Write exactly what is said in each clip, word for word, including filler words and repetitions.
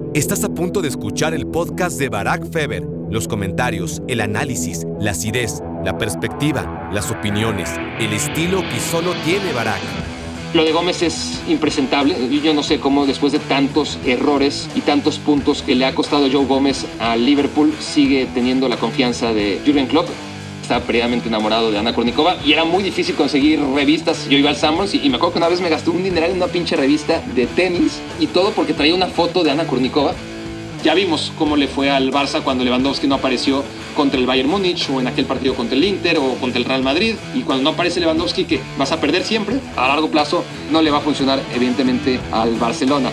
Estás a punto de escuchar el podcast de Barack Feber. Los comentarios, el análisis, la acidez, la perspectiva, las opiniones, el estilo que solo tiene Barack. Lo de Gómez es impresentable. Yo no sé cómo después de tantos errores y tantos puntos que le ha costado Joe Gómez a Liverpool, sigue teniendo la confianza de Jürgen Klopp. Estaba perdidamente enamorado de Anna Kournikova y era muy difícil conseguir revistas. Yo iba al Sanborns y, y me acuerdo que una vez me gasté un dineral en una pinche revista de tenis y todo porque traía una foto de Anna Kournikova. Ya vimos cómo le fue al Barça cuando Lewandowski no apareció contra el Bayern Múnich o en aquel partido contra el Inter o contra el Real Madrid. Y cuando no aparece Lewandowski, que vas a perder siempre, a largo plazo no le va a funcionar evidentemente al Barcelona.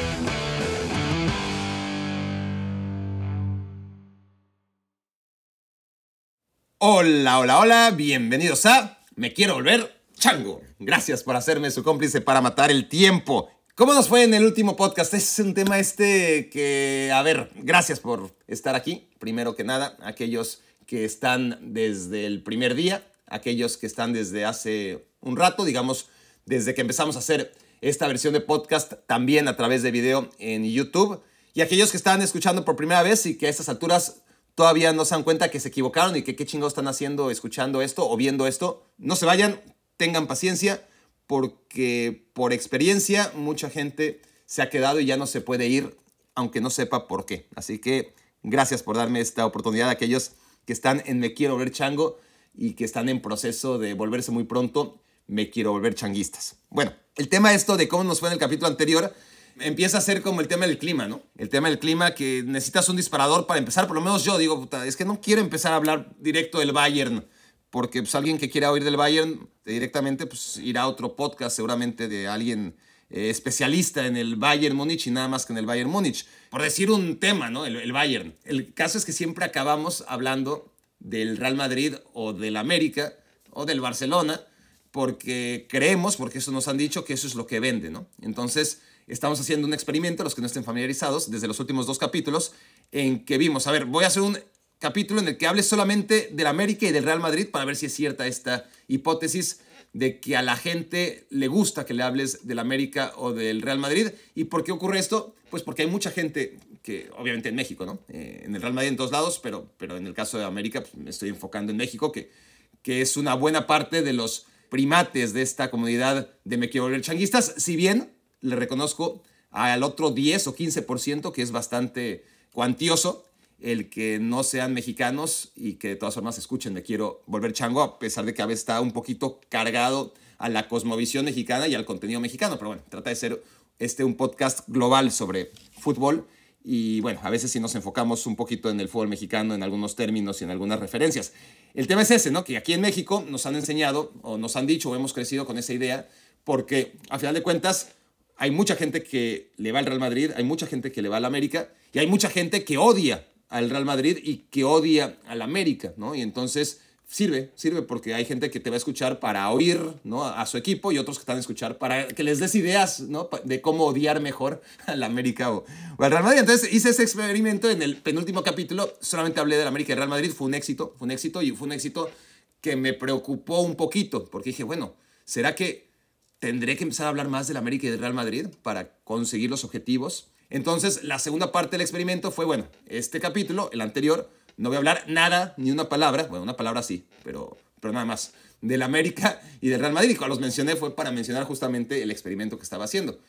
Hola, hola, hola, bienvenidos a Me Quiero Volver Chango. Gracias por hacerme su cómplice para matar el tiempo. ¿Cómo nos fue en el último podcast? Es un tema este que, a ver, gracias por estar aquí. Primero que nada, aquellos que están desde el primer día, aquellos que están desde hace un rato, digamos, desde que empezamos a hacer esta versión de podcast también a través de video en YouTube, y aquellos que están escuchando por primera vez y que a estas alturas todavía no se dan cuenta que se equivocaron y que qué chingados están haciendo escuchando esto o viendo esto. No se vayan, tengan paciencia, porque por experiencia mucha gente se ha quedado y ya no se puede ir, aunque no sepa por qué. Así que gracias por darme esta oportunidad a aquellos que están en Me Quiero Volver Chango y que están en proceso de volverse muy pronto Me Quiero Volver Changuistas. Bueno, el tema esto de cómo nos fue en el capítulo anterior empieza a ser como el tema del clima, ¿no? El tema del clima, que necesitas un disparador para empezar. Por lo menos yo digo, puta, es que no quiero empezar a hablar directo del Bayern, porque pues, alguien que quiera oír del Bayern directamente pues, irá a otro podcast seguramente de alguien eh, especialista en el Bayern Múnich y nada más que en el Bayern Múnich. Por decir un tema, ¿no? El, el Bayern. El caso es que siempre acabamos hablando del Real Madrid o del América o del Barcelona, porque creemos, porque eso nos han dicho, que eso es lo que vende, ¿no? Entonces estamos haciendo un experimento, los que no estén familiarizados, desde los últimos dos capítulos, en que vimos, a ver, voy a hacer un capítulo en el que hable solamente del América y del Real Madrid para ver si es cierta esta hipótesis de que a la gente le gusta que le hables del América o del Real Madrid. ¿Y por qué ocurre esto? Pues porque hay mucha gente que, obviamente en México, ¿no? Eh, en el Real Madrid en todos lados, pero, pero en el caso de América pues, me estoy enfocando en México, que, que es una buena parte de los primates de esta comunidad de Me Quiero Volver Changuistas, si bien le reconozco al otro diez o quince por ciento que es bastante cuantioso el que no sean mexicanos y que de todas formas escuchen Me Quiero Volver Chango, a pesar de que a veces está un poquito cargado a la cosmovisión mexicana y al contenido mexicano. Pero bueno, trata de ser este un podcast global sobre fútbol y bueno, a veces sí nos enfocamos un poquito en el fútbol mexicano, en algunos términos y en algunas referencias. El tema es ese, ¿no? Que aquí en México nos han enseñado o nos han dicho o hemos crecido con esa idea porque a final de cuentas hay mucha gente que le va al Real Madrid, hay mucha gente que le va al América y hay mucha gente que odia al Real Madrid y que odia al América, ¿no? Y entonces sirve, sirve porque hay gente que te va a escuchar para oír, ¿no? a su equipo y otros que te van a escuchar para que les des ideas, ¿no? de cómo odiar mejor al América o, o al Real Madrid. Entonces hice ese experimento en el penúltimo capítulo, solamente hablé del América y Real Madrid, fue un éxito, fue un éxito y fue un éxito que me preocupó un poquito porque dije, bueno, ¿será que tendré que empezar a hablar más del América y del Real Madrid para conseguir los objetivos? Entonces, la segunda parte del experimento fue, bueno, este capítulo, el anterior, no voy a hablar nada, ni una palabra, bueno, una palabra sí, pero, pero nada más, del América y del Real Madrid. Y cuando los mencioné fue para mencionar justamente el experimento que estaba haciendo.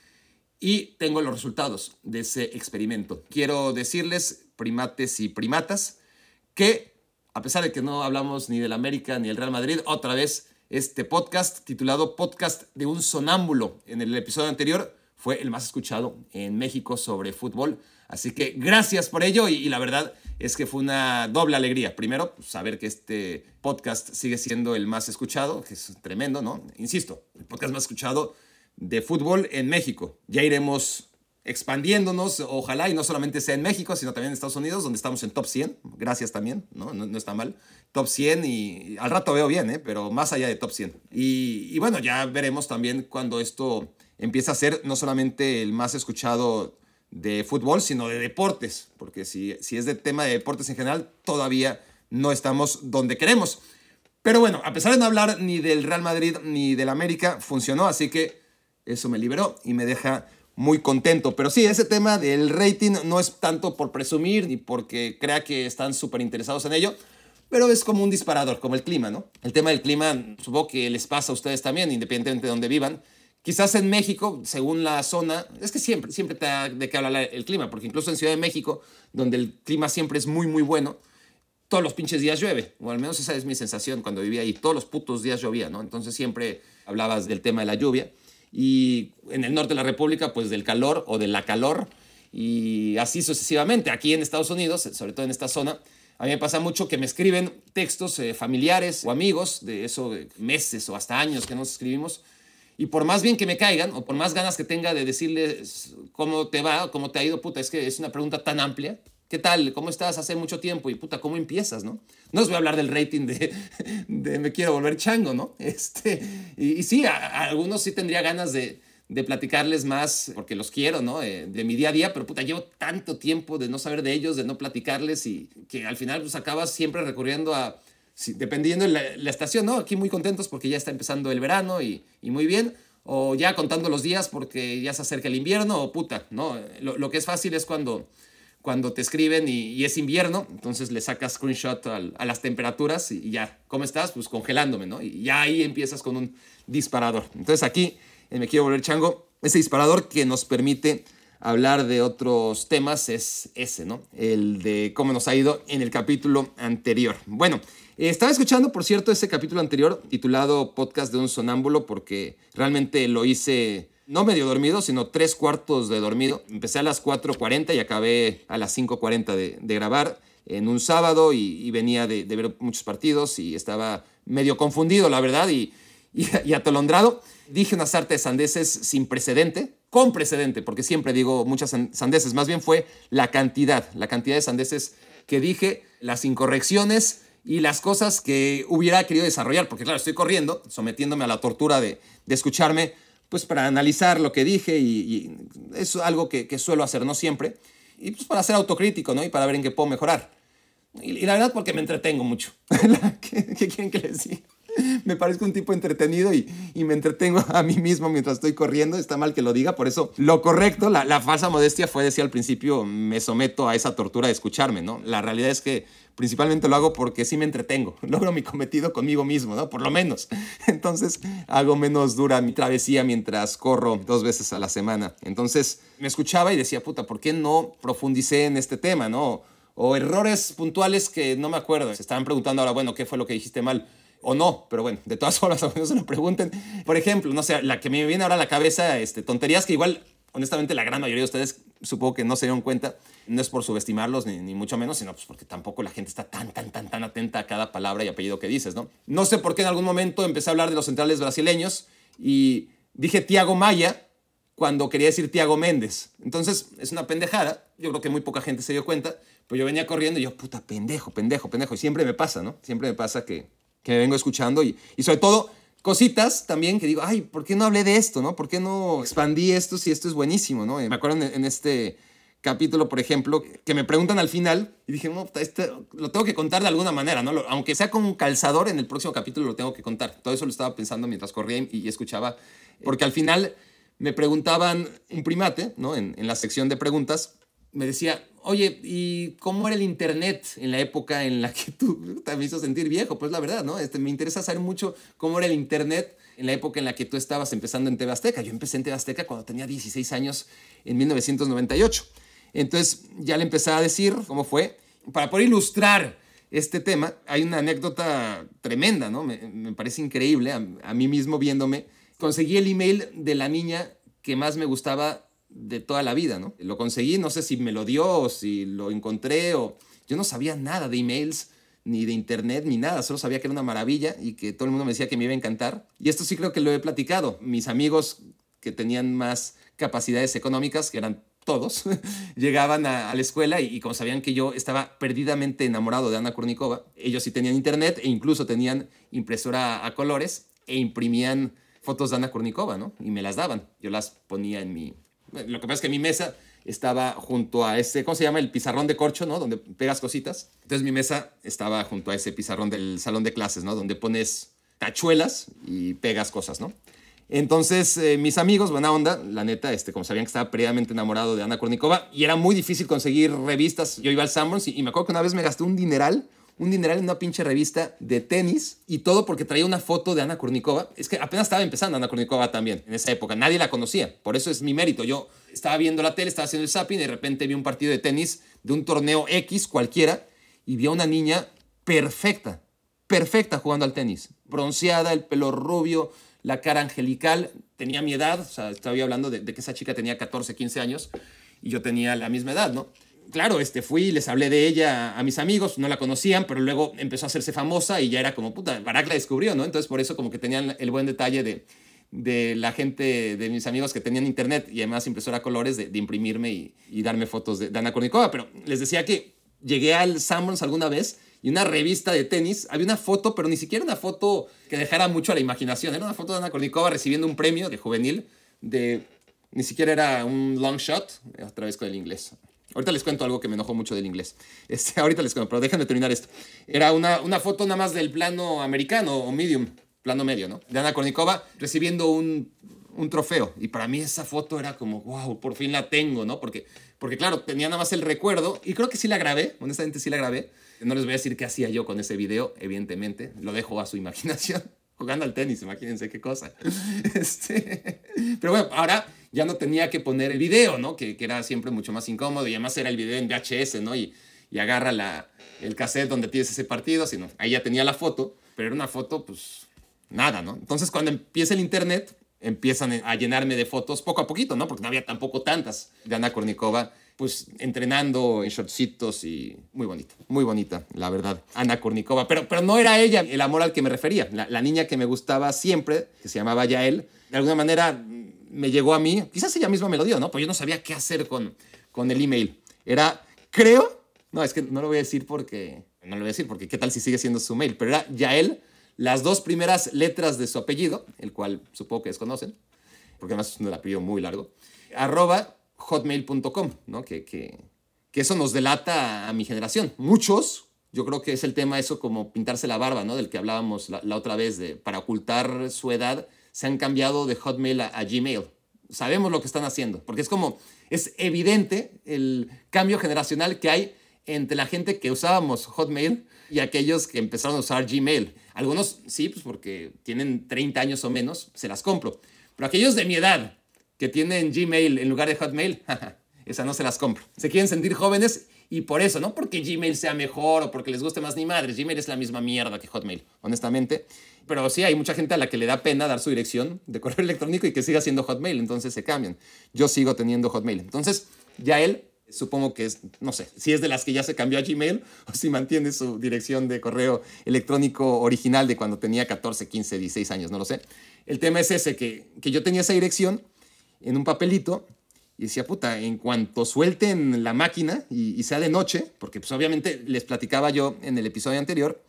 Y tengo los resultados de ese experimento. Quiero decirles, primates y primatas, que a pesar de que no hablamos ni del América ni del Real Madrid, otra vez este podcast titulado Podcast de un Sonámbulo en el episodio anterior fue el más escuchado en México sobre fútbol. Así que gracias por ello y, y la verdad es que fue una doble alegría. Primero, saber que este podcast sigue siendo el más escuchado, que es tremendo, ¿no? Insisto, el podcast más escuchado de fútbol en México. Ya iremos expandiéndonos, ojalá, y no solamente sea en México, sino también en Estados Unidos, donde estamos en top cien. Gracias también, ¿no? No, no está mal. top cien y, y al rato veo bien, ¿eh? Pero más allá de top cien. Y, y bueno, ya veremos también cuando esto empieza a ser no solamente el más escuchado de fútbol, sino de deportes, porque si, si es de tema de deportes en general, todavía no estamos donde queremos. Pero bueno, a pesar de no hablar ni del Real Madrid ni del América, funcionó, así que eso me liberó y me deja muy contento. Pero sí, ese tema del rating no es tanto por presumir ni porque crea que están súper interesados en ello, pero es como un disparador, como el clima, ¿no? El tema del clima, supongo que les pasa a ustedes también, independientemente de donde vivan. Quizás en México, según la zona, es que siempre, siempre te da de qué hablar el clima, porque incluso en Ciudad de México, donde el clima siempre es muy, muy bueno, todos los pinches días llueve, o al menos esa es mi sensación cuando vivía ahí, todos los putos días llovía, ¿no? Entonces siempre hablabas del tema de la lluvia. Y en el norte de la República, pues del calor o de la calor, y así sucesivamente. Aquí en Estados Unidos, sobre todo en esta zona, a mí me pasa mucho que me escriben textos eh, familiares o amigos, de eso de meses o hasta años que nos escribimos, y por más bien que me caigan, o por más ganas que tenga de decirles cómo te va, cómo te ha ido, puta, es que es una pregunta tan amplia. ¿Qué tal? ¿Cómo estás? Hace mucho tiempo. Y puta, ¿cómo empiezas, no? No les voy a hablar del rating de, de me quiero volver chango, ¿no? Este, y, y sí, a, a algunos sí tendría ganas de, de platicarles más, porque los quiero, ¿no? Eh, de mi día a día, pero puta, llevo tanto tiempo de no saber de ellos, de no platicarles, y que al final pues acabas siempre recurriendo a, sí, dependiendo de la, la estación, ¿no? Aquí muy contentos porque ya está empezando el verano y, y muy bien, o ya contando los días porque ya se acerca el invierno, o puta, ¿no? Lo, lo que es fácil es cuando... cuando te escriben y, y es invierno, entonces le sacas screenshot al, a las temperaturas y, y ya, ¿cómo estás? Pues congelándome, ¿no? Y ya ahí empiezas con un disparador. Entonces aquí, en Me Quiero Volver Chango, ese disparador que nos permite hablar de otros temas es ese, ¿no? El de cómo nos ha ido en el capítulo anterior. Bueno, eh, estaba escuchando, por cierto, ese capítulo anterior titulado Podcast de un Sonámbulo, porque realmente lo hice... no medio dormido, sino tres cuartos de dormido. Empecé a las cuatro cuarenta y acabé a las cinco cuarenta de, de grabar en un sábado y, y venía de, de ver muchos partidos y estaba medio confundido, la verdad, y, y, y atolondrado. Dije una sarta de sandeces sin precedente, con precedente, porque siempre digo muchas sandeces. Más bien fue la cantidad, la cantidad de sandeces que dije, las incorrecciones y las cosas que hubiera querido desarrollar, porque claro, estoy corriendo, sometiéndome a la tortura de, de escucharme, pues para analizar lo que dije y, y es algo que, que suelo hacer, no siempre, y pues para ser autocrítico, ¿no? Y para ver en qué puedo mejorar. Y, y la verdad porque me entretengo mucho. ¿Qué, ¿Qué quieren que les diga? Me parezco un tipo entretenido y, y me entretengo a mí mismo mientras estoy corriendo. Está mal que lo diga, por eso lo correcto, la, la falsa modestia fue decir al principio, me someto a esa tortura de escucharme, ¿no? La realidad es que principalmente lo hago porque sí me entretengo, logro mi cometido conmigo mismo, ¿no? Por lo menos. Entonces hago menos dura mi travesía mientras corro dos veces a la semana. Entonces me escuchaba y decía, puta, ¿por qué no profundicé en este tema, no? O errores puntuales que no me acuerdo. Se estaban preguntando ahora, bueno, ¿qué fue lo que dijiste mal? O no, pero bueno, de todas formas, a no se lo pregunten. Por ejemplo, no sé, la que me viene ahora a la cabeza, este, tonterías que igual, honestamente, la gran mayoría de ustedes supongo que no se dieron cuenta. No es por subestimarlos, ni, ni mucho menos, sino pues porque tampoco la gente está tan, tan, tan, tan atenta a cada palabra y apellido que dices, ¿no? No sé por qué en algún momento empecé a hablar de los centrales brasileños y dije Thiago Maia cuando quería decir Thiago Méndez. Entonces, es una pendejada. Yo creo que muy poca gente se dio cuenta, pero yo venía corriendo y yo, puta, pendejo, pendejo, pendejo. Y siempre me pasa, ¿no? Siempre me pasa que... que me vengo escuchando y, y sobre todo cositas también que digo, ay, ¿por qué no hablé de esto, no? ¿Por qué no expandí esto si esto es buenísimo, no? Me acuerdo en, en este capítulo, por ejemplo, que me preguntan al final y dije, no, este, lo tengo que contar de alguna manera, ¿no? Lo, aunque sea con un calzador, en el próximo capítulo lo tengo que contar. Todo eso lo estaba pensando mientras corría y, y escuchaba, porque al final me preguntaban un primate, ¿no? En, en la sección de preguntas, me decía, oye, ¿y cómo era el internet en la época en la que tú te me hizo sentir viejo? Pues la verdad, ¿no? Este, me interesa saber mucho cómo era el internet en la época en la que tú estabas empezando en T V Azteca. Yo empecé en T V Azteca cuando tenía dieciséis años, en mil novecientos noventa y ocho. Entonces ya le empecé a decir cómo fue. Para poder ilustrar este tema, hay una anécdota tremenda, ¿no? Me, me parece increíble. A, a mí mismo viéndome, conseguí el email de la niña que más me gustaba de toda la vida, ¿no? Lo conseguí, no sé si me lo dio o si lo encontré o... Yo no sabía nada de emails, ni de internet, ni nada. Solo sabía que era una maravilla y que todo el mundo me decía que me iba a encantar. Y esto sí creo que lo he platicado. Mis amigos que tenían más capacidades económicas, que eran todos, llegaban a, a la escuela y, y como sabían que yo estaba perdidamente enamorado de Ana Kournikova, ellos sí tenían internet e incluso tenían impresora a colores e imprimían fotos de Ana Kournikova, ¿no? Y me las daban. Yo las ponía en mi... Lo que pasa es que mi mesa estaba junto a ese, ¿cómo se llama? El pizarrón de corcho, ¿no? Donde pegas cositas. Entonces mi mesa estaba junto a ese pizarrón del salón de clases, ¿no? Donde pones tachuelas y pegas cosas, ¿no? Entonces, eh, mis amigos, buena onda, la neta, este, como sabían que estaba previamente enamorado de Ana Kournikova, y era muy difícil conseguir revistas. Yo iba al Sanborns y, y me acuerdo que una vez me gasté un dineral, un dineral en una pinche revista de tenis, y todo porque traía una foto de Ana Kournikova. Es que apenas estaba empezando Ana Kournikova también, en esa época. Nadie la conocía, por eso es mi mérito. Yo estaba viendo la tele, estaba haciendo el zapping, y de repente vi un partido de tenis de un torneo X cualquiera, y vi a una niña perfecta, perfecta jugando al tenis. Bronceada, el pelo rubio, la cara angelical. Tenía mi edad, o sea, estaba hablando de, de que esa chica tenía catorce, quince años, y yo tenía la misma edad, ¿no? Claro, este, fui y les hablé de ella a mis amigos, no la conocían, pero luego empezó a hacerse famosa y ya era como, puta, Barak la descubrió, ¿no? Entonces por eso como que tenían el buen detalle de, de la gente, de mis amigos que tenían internet y además impresora a colores, de, de imprimirme y, y darme fotos de, de Ana Kournikova. Pero les decía que llegué al Sanborns alguna vez y una revista de tenis, había una foto, pero ni siquiera una foto que dejara mucho a la imaginación. Era una foto de Ana Kournikova recibiendo un premio de juvenil, de, ni siquiera era un long shot, otra vez con el inglés. Ahorita les cuento algo que me enojó mucho del inglés. Este, ahorita les cuento, pero déjenme terminar esto. Era una, una foto nada más del plano americano o medium, plano medio, ¿no? De Ana Kournikova recibiendo un, un trofeo. Y para mí esa foto era como, wow, por fin la tengo, ¿no? Porque, porque claro, tenía nada más el recuerdo. Y creo que sí la grabé, honestamente sí la grabé. No les voy a decir qué hacía yo con ese video, evidentemente. Lo dejo a su imaginación. Jugando al tenis, imagínense qué cosa. Este, pero bueno, ahora ya no tenía que poner el video, ¿no? Que, que era siempre mucho más incómodo y además era el video en V H S, ¿no? Y, y agarra la, el cassette donde tienes ese partido, sino ahí ya tenía la foto, pero era una foto, pues, nada, ¿no? Entonces cuando empieza el internet, empiezan a llenarme de fotos poco a poquito, ¿no? Porque no había tampoco tantas de Ana Kournikova, pues entrenando en shortcitos y muy bonita, muy bonita, la verdad, Ana Kournikova. Pero, pero no era ella el amor al que me refería. La, la niña que me gustaba siempre, que se llamaba Yael, de alguna manera me llegó a mí, quizás ella misma me lo dio, ¿no? Pues yo no sabía qué hacer con, con el email. Era, creo, no, es que no lo voy a decir porque, no lo voy a decir porque qué tal si sigue siendo su mail, pero era Yael, las dos primeras letras de su apellido, el cual supongo que desconocen, porque además es un apellido muy largo, arroba hotmail punto com, ¿no? Que, que, que eso nos delata a mi generación. Muchos, yo creo que es el tema eso como pintarse la barba, ¿no? Del que hablábamos la, la otra vez, de para ocultar su edad, se han cambiado de Hotmail a, a Gmail. Sabemos lo que están haciendo, porque es como, es evidente el cambio generacional que hay entre la gente que usábamos Hotmail y aquellos que empezaron a usar Gmail. Algunos sí, pues porque tienen treinta años o menos, se las compro. Pero aquellos de mi edad que tienen Gmail en lugar de Hotmail, esa no se las compro. Se quieren sentir jóvenes y por eso, no porque Gmail sea mejor o porque les guste más ni madres. Gmail es la misma mierda que Hotmail, honestamente. Pero sí, hay mucha gente a la que le da pena dar su dirección de correo electrónico y que siga siendo Hotmail, entonces se cambian. Yo sigo teniendo Hotmail. Entonces, ya él, supongo que es, no sé, si es de las que ya se cambió a Gmail o si mantiene su dirección de correo electrónico original de cuando tenía catorce, quince, dieciséis años, no lo sé. El tema es ese, que, que yo tenía esa dirección en un papelito y decía, puta, en cuanto suelten la máquina y, y sea de noche, porque pues obviamente les platicaba yo en el episodio anterior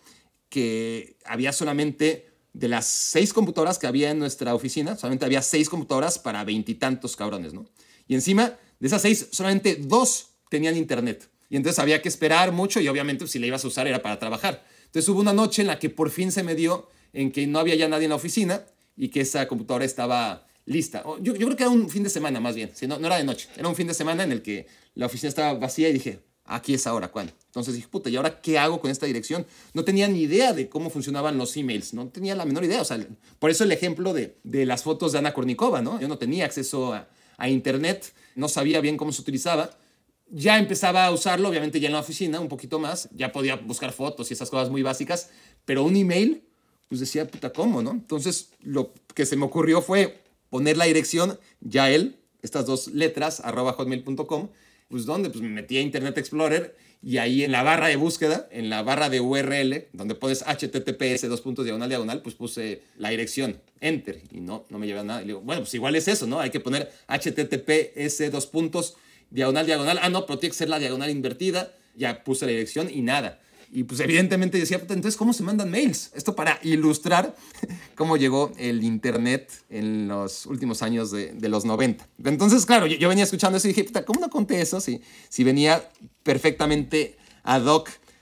que había solamente de las seis computadoras que había en nuestra oficina, solamente había seis computadoras para veintitantos cabrones, ¿no? Y encima de esas seis, solamente dos tenían internet. Y entonces había que esperar mucho y obviamente si la ibas a usar era para trabajar. Entonces hubo una noche en la que por fin se me dio en que no había ya nadie en la oficina y que esa computadora estaba lista. Yo, yo creo que era un fin de semana más bien, si no, no era de noche. Era un fin de semana en el que la oficina estaba vacía y dije, aquí es ahora, ¿cuándo? Entonces dije, puta, ¿y ahora qué hago con esta dirección? No tenía ni idea de cómo funcionaban los emails, no tenía la menor idea. O sea, por eso el ejemplo de, de las fotos de Ana Kournikova, ¿no? Yo no tenía acceso a, a internet, no sabía bien cómo se utilizaba. Ya empezaba a usarlo, obviamente ya en la oficina, un poquito más. Ya podía buscar fotos y esas cosas muy básicas. Pero un email, pues decía, puta, ¿cómo, no? Entonces lo que se me ocurrió fue poner la dirección, Yael, estas dos letras, arroba hotmail punto com. Pues ¿dónde? Pues me metí a Internet Explorer y ahí en la barra de búsqueda, en la barra de U R L, donde pones H T T P S dos puntos diagonal diagonal, pues puse la dirección, Enter, y no, no me lleva nada. Y digo, bueno, pues igual es eso, ¿no? Hay que poner H T T P S dos puntos diagonal diagonal. Ah, no, pero tiene que ser la diagonal invertida. Ya puse la dirección y nada. Y pues evidentemente decía, entonces, ¿cómo se mandan mails? Esto para ilustrar cómo llegó el internet en los últimos años de, de los noventa. Entonces, claro, yo, yo venía escuchando eso y dije, puta, ¿cómo no conté eso? Si, si venía perfectamente ad hoc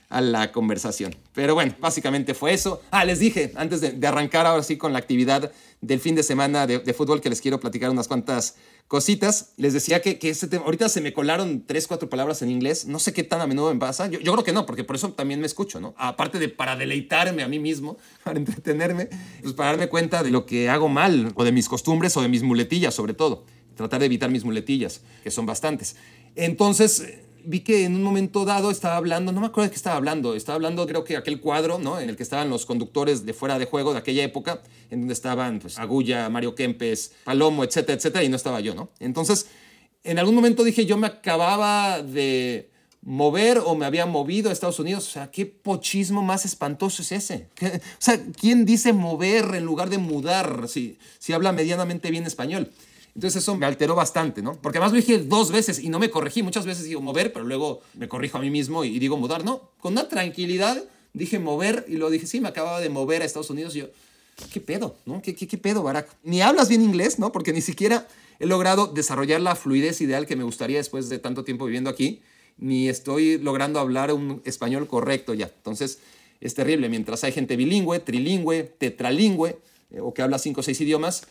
a la conversación. Pero bueno, básicamente fue eso. Ah, les dije, antes de, de arrancar ahora sí con la actividad del fin de semana de, de fútbol, que les quiero platicar unas cuantas cositas. Les decía que, que este tema, ahorita se me colaron tres, cuatro palabras en inglés. No sé qué tan a menudo me pasa. Yo, yo creo que no, porque por eso también me escucho, ¿no? Aparte de para deleitarme a mí mismo, para entretenerme, pues para darme cuenta de lo que hago mal, o de mis costumbres, o de mis muletillas, sobre todo. Tratar de evitar mis muletillas, que son bastantes. Entonces, vi que en un momento dado estaba hablando, no me acuerdo de qué estaba hablando, estaba hablando creo que aquel cuadro, ¿no? En el que estaban los conductores de fuera de juego de aquella época, en donde estaban pues, Agulla, Mario Kempes, Palomo, etcétera, etcétera, y no estaba yo, ¿no? Entonces, en algún momento dije, yo me acababa de mover o me había movido a Estados Unidos. O sea, ¿qué pochismo más espantoso es ese? ¿Qué? O sea, ¿quién dice mover en lugar de mudar si, si habla medianamente bien español? Entonces eso me alteró bastante, ¿no? Porque además lo dije dos veces y no me corregí. Muchas veces digo mover, pero luego me corrijo a mí mismo y digo mudar. No, con una tranquilidad dije mover y lo dije, sí, me acababa de mover a Estados Unidos. Y yo, ¿qué pedo? ¿No? ¿Qué, qué, qué pedo, Barack? Ni hablas bien inglés, ¿no? Porque ni siquiera he logrado desarrollar la fluidez ideal que me gustaría después de tanto tiempo viviendo aquí. Ni estoy logrando hablar un español correcto ya. Entonces es terrible. Mientras hay gente bilingüe, trilingüe, tetralingüe, eh, o que habla cinco o seis idiomas,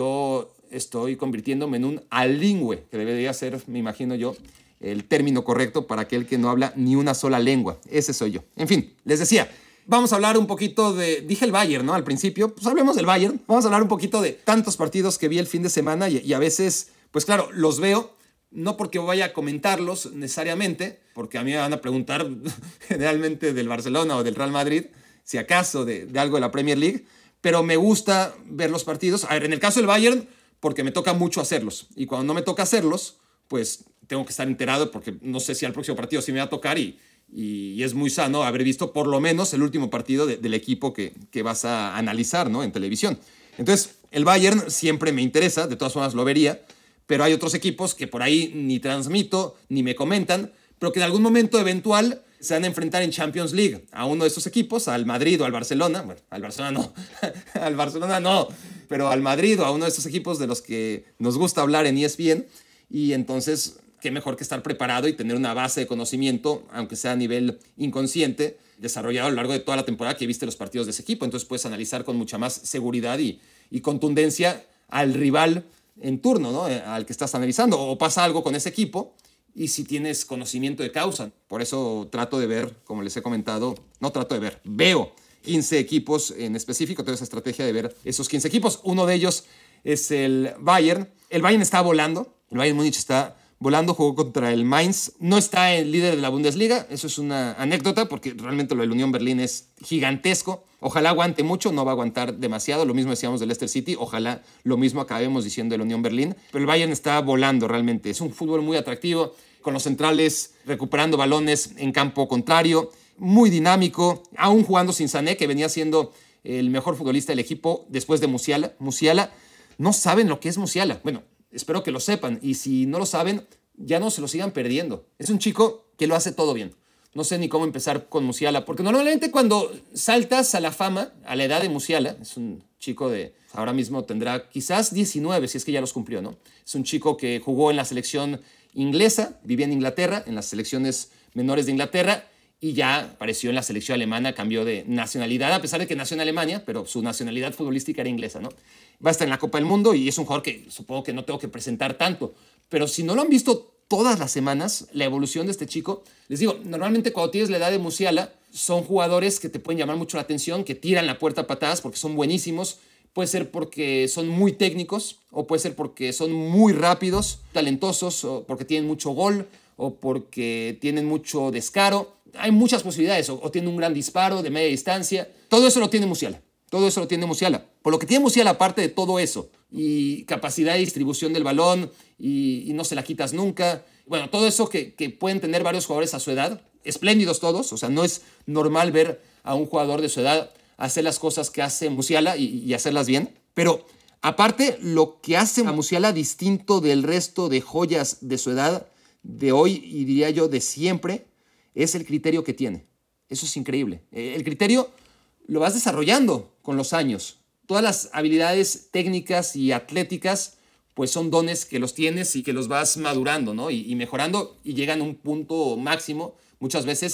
yo estoy convirtiéndome en un alingüe, que debería ser, me imagino yo, el término correcto para aquel que no habla ni una sola lengua. Ese soy yo. En fin, les decía, vamos a hablar un poquito de... Dije el Bayern, ¿no? Al principio, pues hablemos del Bayern. Vamos a hablar un poquito de tantos partidos que vi el fin de semana y, y a veces, pues claro, los veo, no porque vaya a comentarlos necesariamente, porque a mí me van a preguntar generalmente del Barcelona o del Real Madrid, si acaso de, de algo de la Premier League, pero me gusta ver los partidos. A ver, en el caso del Bayern, porque me toca mucho hacerlos. Y cuando no me toca hacerlos, pues tengo que estar enterado porque no sé si al próximo partido sí me va a tocar y, y, y es muy sano haber visto por lo menos el último partido de, del equipo que, que vas a analizar, ¿no? En televisión. Entonces, el Bayern siempre me interesa, de todas formas lo vería, pero hay otros equipos que por ahí ni transmito, ni me comentan, pero que en algún momento eventual se van a enfrentar en Champions League a uno de esos equipos, al Madrid o al Barcelona. Bueno, al Barcelona no, al Barcelona no, pero al Madrid o a uno de esos equipos de los que nos gusta hablar en E S P N. Y entonces, qué mejor que estar preparado y tener una base de conocimiento, aunque sea a nivel inconsciente, desarrollado a lo largo de toda la temporada que viste los partidos de ese equipo. Entonces puedes analizar con mucha más seguridad y, y contundencia al rival en turno, ¿no? Al que estás analizando. O pasa algo con ese equipo y si tienes conocimiento de causa. Por eso trato de ver, como les he comentado, no trato de ver, veo quince equipos en específico, tengo esa estrategia de ver esos quince equipos. Uno de ellos es el Bayern. El Bayern está volando, el Bayern Múnich está volando, jugó contra el Mainz. No está el líder de la Bundesliga, eso es una anécdota porque realmente lo del Unión Berlín es gigantesco. Ojalá aguante mucho, no va a aguantar demasiado. Lo mismo decíamos del Leicester City, ojalá lo mismo acabemos diciendo del Unión Berlín. Pero el Bayern está volando realmente, es un fútbol muy atractivo, con los centrales recuperando balones en campo contrario, muy dinámico, aún jugando sin Sané, que venía siendo el mejor futbolista del equipo después de Musiala. Musiala, no saben lo que es Musiala. Bueno, espero que lo sepan, y si no lo saben, ya no se lo sigan perdiendo. Es un chico que lo hace todo bien. No sé ni cómo empezar con Musiala, porque normalmente cuando saltas a la fama, a la edad de Musiala, es un chico de, ahora mismo tendrá quizás diecinueve, si es que ya los cumplió, ¿no? Es un chico que jugó en la selección inglesa, vivía en Inglaterra, en las selecciones menores de Inglaterra, y ya apareció en la selección alemana, cambió de nacionalidad, a pesar de que nació en Alemania, pero su nacionalidad futbolística era inglesa, ¿no? Va a estar en la Copa del Mundo y es un jugador que supongo que no tengo que presentar tanto, pero si no lo han visto todas las semanas, la evolución de este chico, les digo, normalmente cuando tienes la edad de Musiala, son jugadores que te pueden llamar mucho la atención, que tiran la puerta a patadas porque son buenísimos. Puede ser porque son muy técnicos, o puede ser porque son muy rápidos, talentosos, o porque tienen mucho gol, o porque tienen mucho descaro. Hay muchas posibilidades, o, o tienen un gran disparo de media distancia. Todo eso lo tiene Musiala, todo eso lo tiene Musiala. Por lo que tiene Musiala, aparte de todo eso, y capacidad de distribución del balón, y, y no se la quitas nunca. Bueno, todo eso que, que pueden tener varios jugadores a su edad, espléndidos todos, o sea, no es normal ver a un jugador de su edad hacer las cosas que hace Musiala y, y hacerlas bien. Pero aparte, lo que hace a Musiala distinto del resto de joyas de su edad, de hoy y diría yo de siempre, es el criterio que tiene. Eso es increíble. El criterio lo vas desarrollando con los años. Todas las habilidades técnicas y atléticas pues son dones que los tienes y que los vas madurando, ¿no? y, y mejorando y llegan a un punto máximo muchas veces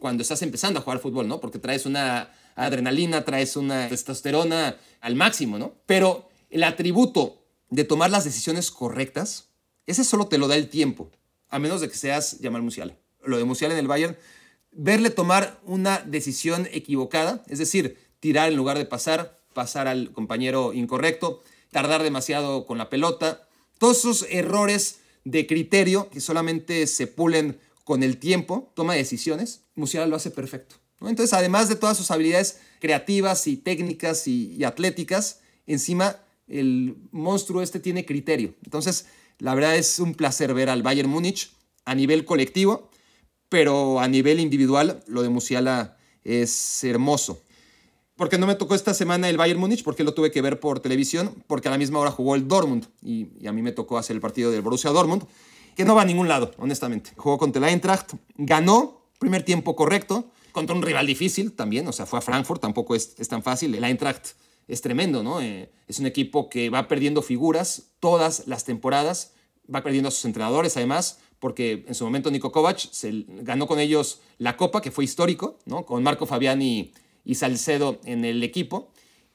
cuando estás empezando a jugar fútbol, ¿no? Porque traes una adrenalina, traes una testosterona al máximo, ¿no? Pero el atributo de tomar las decisiones correctas, ese solo te lo da el tiempo, a menos de que seas Jamal Musiala. Lo de Musiala en el Bayern, verle tomar una decisión equivocada, es decir, tirar en lugar de pasar, pasar al compañero incorrecto, tardar demasiado con la pelota, todos esos errores de criterio que solamente se pulen con el tiempo, toma decisiones, Musiala lo hace perfecto, ¿no? Entonces, además de todas sus habilidades creativas y técnicas y, y atléticas, encima el monstruo este tiene criterio. Entonces, la verdad es un placer ver al Bayern Múnich a nivel colectivo, pero a nivel individual lo de Musiala es hermoso. Porque no me tocó esta semana el Bayern Múnich, porque lo tuve que ver por televisión, porque a la misma hora jugó el Dortmund y, y a mí me tocó hacer el partido del Borussia Dortmund, que no va a ningún lado, honestamente. Jugó contra el Eintracht, ganó, primer tiempo correcto, contra un rival difícil también, o sea, fue a Frankfurt, tampoco es, es tan fácil. El Eintracht es tremendo, ¿no? Eh, es un equipo que va perdiendo figuras todas las temporadas, va perdiendo a sus entrenadores además, porque en su momento Niko Kovac se ganó con ellos la Copa, que fue histórico, ¿no? Con Marco Fabiani y Salcedo en el equipo,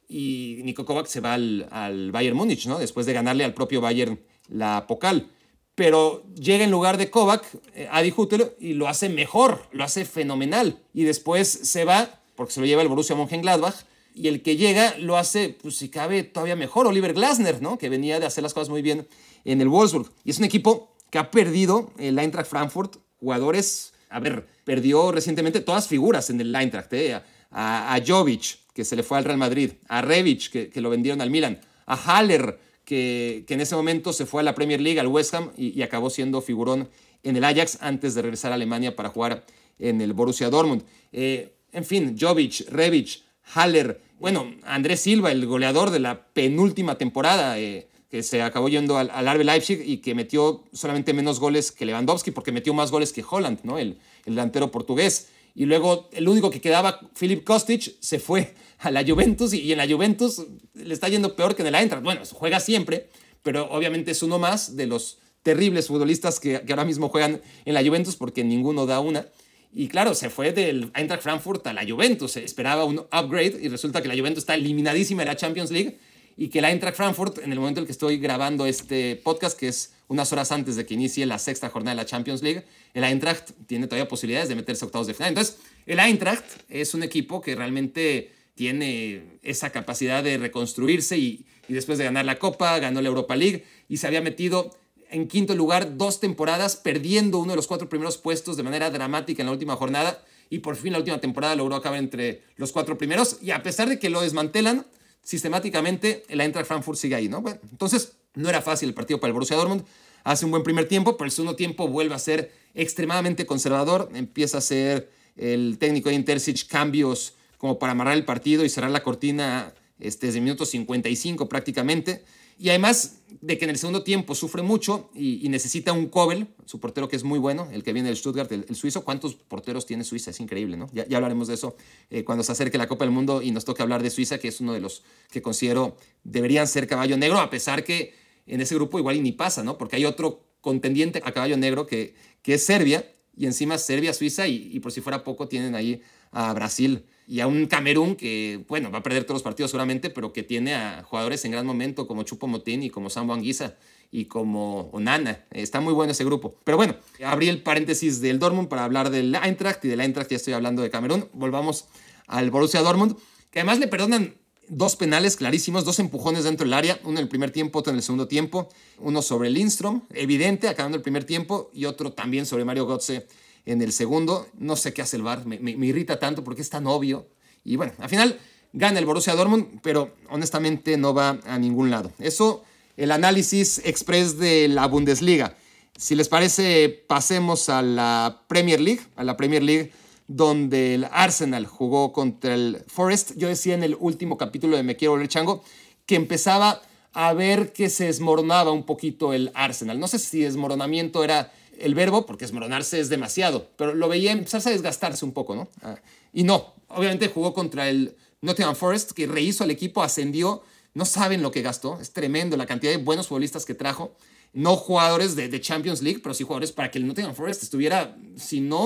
y Niko Kovac se va al, al Bayern Múnich, ¿no? Después de ganarle al propio Bayern la Pokal. Pero llega en lugar de Kovac, eh, Adi Hütter, y lo hace mejor, lo hace fenomenal. Y después se va, porque se lo lleva el Borussia Mönchengladbach, y el que llega lo hace, pues si cabe, todavía mejor, Oliver Glasner, ¿no? Que venía de hacer las cosas muy bien en el Wolfsburg. Y es un equipo que ha perdido el Eintracht Frankfurt, jugadores, a ver, perdió recientemente todas figuras en el Eintracht, ¿eh? A, a, a Jovic, que se le fue al Real Madrid, a Rebic, que, que lo vendieron al Milan, a Haller, que, que en ese momento se fue a la Premier League, al West Ham, y, y acabó siendo figurón en el Ajax antes de regresar a Alemania para jugar en el Borussia Dortmund. Eh, en fin, Jovic, Rebic, Haller, bueno, Andrés Silva, el goleador de la penúltima temporada, eh, que se acabó yendo al, al R B Leipzig y que metió solamente menos goles que Lewandowski, porque metió más goles que Haaland, ¿no? el, el delantero portugués. Y luego el único que quedaba, Filip Kostic, se fue a la Juventus y, y en la Juventus le está yendo peor que en el Eintracht. Bueno, juega siempre, pero obviamente es uno más de los terribles futbolistas que, que ahora mismo juegan en la Juventus, porque ninguno da una. Y claro, se fue del Eintracht Frankfurt a la Juventus, se esperaba un upgrade y resulta que la Juventus está eliminadísima de la Champions League y que el Eintracht Frankfurt, en el momento en el que estoy grabando este podcast, que es unas horas antes de que inicie la sexta jornada de la Champions League, el Eintracht tiene todavía posibilidades de meterse a octavos de final. Entonces, el Eintracht es un equipo que realmente tiene esa capacidad de reconstruirse y, y después de ganar la Copa, ganó la Europa League y se había metido en quinto lugar dos temporadas, perdiendo uno de los cuatro primeros puestos de manera dramática en la última jornada, y por fin la última temporada logró acabar entre los cuatro primeros, y a pesar de que lo desmantelan sistemáticamente, el Eintracht Frankfurt sigue ahí, ¿no? Bueno, entonces no era fácil el partido para el Borussia Dortmund. Hace un buen primer tiempo, pero el segundo tiempo vuelve a ser extremadamente conservador, empieza a hacer el técnico de Interzic cambios como para amarrar el partido y cerrar la cortina este, desde el minuto cincuenta y cinco prácticamente. Y además de que en el segundo tiempo sufre mucho y, y necesita un Kobel, su portero que es muy bueno, el que viene del Stuttgart, el, el suizo. ¿Cuántos porteros tiene Suiza? Es increíble, ¿no? Ya, ya hablaremos de eso eh, cuando se acerque la Copa del Mundo y nos toque hablar de Suiza, que es uno de los que considero deberían ser caballo negro, a pesar que en ese grupo igual y ni pasa, ¿no? Porque hay otro contendiente a caballo negro que, que es Serbia, y encima Serbia, Suiza, y, y por si fuera poco tienen ahí a Brasil y a un Camerún que, bueno, va a perder todos los partidos seguramente, pero que tiene a jugadores en gran momento como Choupo-Moting y como Sambo Anguissa y como Onana. Está muy bueno ese grupo. Pero bueno, abrí el paréntesis del Dortmund para hablar del Eintracht, y del Eintracht ya estoy hablando de Camerún. Volvamos al Borussia Dortmund, que además le perdonan dos penales clarísimos, dos empujones dentro del área, uno en el primer tiempo, otro en el segundo tiempo, uno sobre Lindström, evidente, acabando el primer tiempo, y otro también sobre Mario Götze en el segundo. No sé qué hace el V A R, me, me, me irrita tanto porque es tan obvio. Y bueno, al final gana el Borussia Dortmund, pero honestamente no va a ningún lado. Eso, el análisis express de la Bundesliga. Si les parece, pasemos a la Premier League, a la Premier League donde el Arsenal jugó contra el Forest. Yo decía en el último capítulo de Me Quiero Volver Chango que empezaba a ver que se desmoronaba un poquito el Arsenal. No sé si desmoronamiento era el verbo, porque desmoronarse es demasiado, pero lo veía empezarse a desgastarse un poco, ¿no? Ah, y no, obviamente jugó contra el Nottingham Forest, que rehizo al equipo, ascendió. No saben lo que gastó, es tremendo la cantidad de buenos futbolistas que trajo. No jugadores de, de Champions League, pero sí jugadores para que el Nottingham Forest estuviera, si no